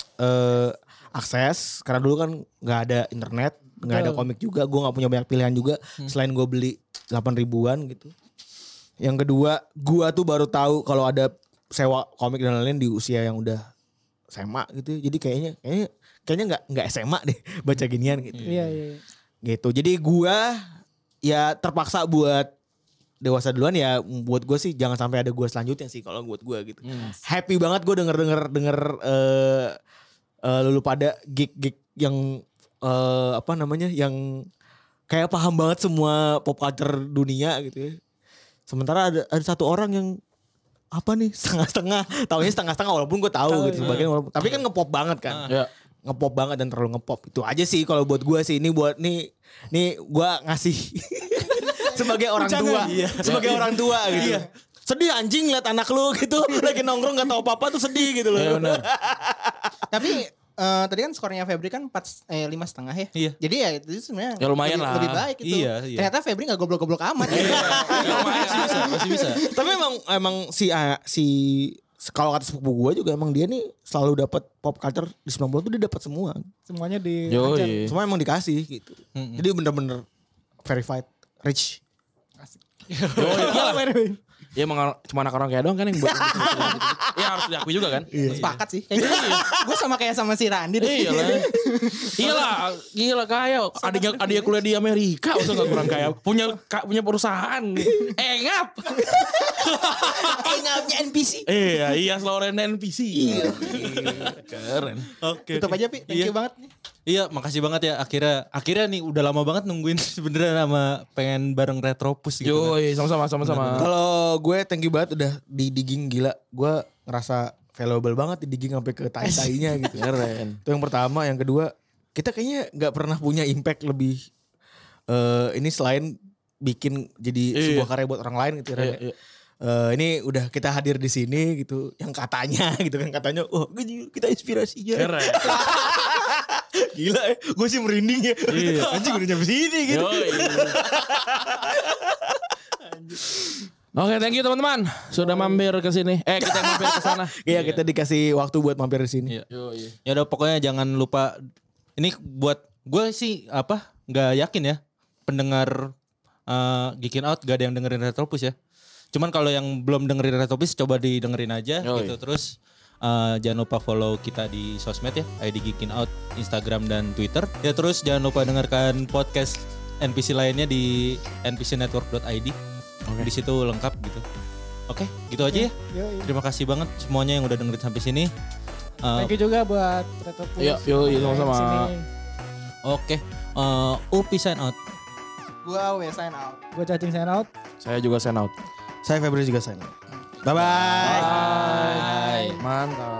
akses, karena dulu kan nggak ada internet, nggak ada komik juga, gue nggak punya banyak pilihan juga selain gue beli 8 ribuan gitu. Yang kedua, gue tuh baru tahu kalau ada sewa komik dan lain-lain di usia yang udah SMA gitu. Jadi kayaknya nggak SMA deh baca ginian gitu. Iya. Gitu. Jadi gue ya terpaksa buat dewasa duluan ya. Buat gue sih jangan sampai ada gue selanjutnya sih kalau buat gue gitu. Happy banget gue denger lu pada geek yang yang kayak paham banget semua pop culture dunia gitu ya. Sementara ada satu orang yang setengah-setengah, taunya setengah-setengah walaupun gue tahu gitu sebagian walaupun, tapi kan ngepop banget kan. Ngepop banget dan terlalu ngepop. Itu aja sih kalau buat gue sih. Ini buat nih gue ngasih sebagai orang tua, sebagai orang tua gitu. Sedih anjing liat anak lu gitu lagi nongkrong gak tahu apa-apa tuh sedih gitu loh. Tapi tadi kan skornya Febri kan 5,5 ya. Iya. Jadi ya itu sebenarnya Ya lumayan lah. lebih baik itu. Iya. Ternyata Febri gak goblok-goblok amat. Masih bisa. Tapi emang si kalau kata sepupu gue juga emang dia nih selalu dapat pop culture di 90 tuh dia dapat semua. Semuanya di Semua emang dikasih gitu. Jadi bener-bener verified rich. Ya emang cuma anak orang kayak doang kan yang buat gitu. Ya harus diakui juga kan. Sepakat sih. Kayaknya gue sama si Randi deh. Iyalah, gila kaya. Adiknya kuliah di Amerika, usah gak kurang kaya. Punya perusahaan. Engap. Engapnya NPC. Iya Loren NPC. Keren. Oke. Tutup aja Pi. Thank you banget nih. Iya, makasih banget ya. Akhirnya nih udah lama banget nungguin sebenarnya sama pengen bareng Retropus gitu. Sama-sama. Kalau gue thank you banget udah di digging gila. Gue ngerasa valuable banget di digging sampai ke tai-tainya gitu. Keren. Itu yang pertama, yang kedua, kita kayaknya nggak pernah punya impact lebih ini selain bikin jadi sebuah karya buat orang lain gitu ya. Iya. Ini udah kita hadir di sini gitu, yang katanya kita inspirasinya. Keren. Gila gue sih merinding ya. Anjing udah nyampe sini gitu. Oke, thank you teman-teman sudah mampir ke sini. Kita mampir ke sana. Iya, kita dikasih waktu buat mampir di sini. Ya udah pokoknya jangan lupa ini buat gue sih nggak yakin ya pendengar Geekin Out gak ada yang dengerin Retropus ya. Cuman kalau yang belum dengerin Retropus coba didengerin aja gitu. Terus jangan lupa follow kita di sosmed ya, ID Geekin Out, Instagram dan Twitter. Ya terus jangan lupa dengarkan podcast NPC lainnya di npcnetwork.id. Di situ lengkap gitu. Oke, gitu aja ya. Terima kasih banget semuanya yang udah dengerin sampai sini. Thank you juga buat Retropus. Yo, sama-sama. Oke, Upi sign out. Gua Awe sign out. Gue Cacing sign out. Saya juga sign out. Saya Febri juga sign out. Bye-bye. Mantap.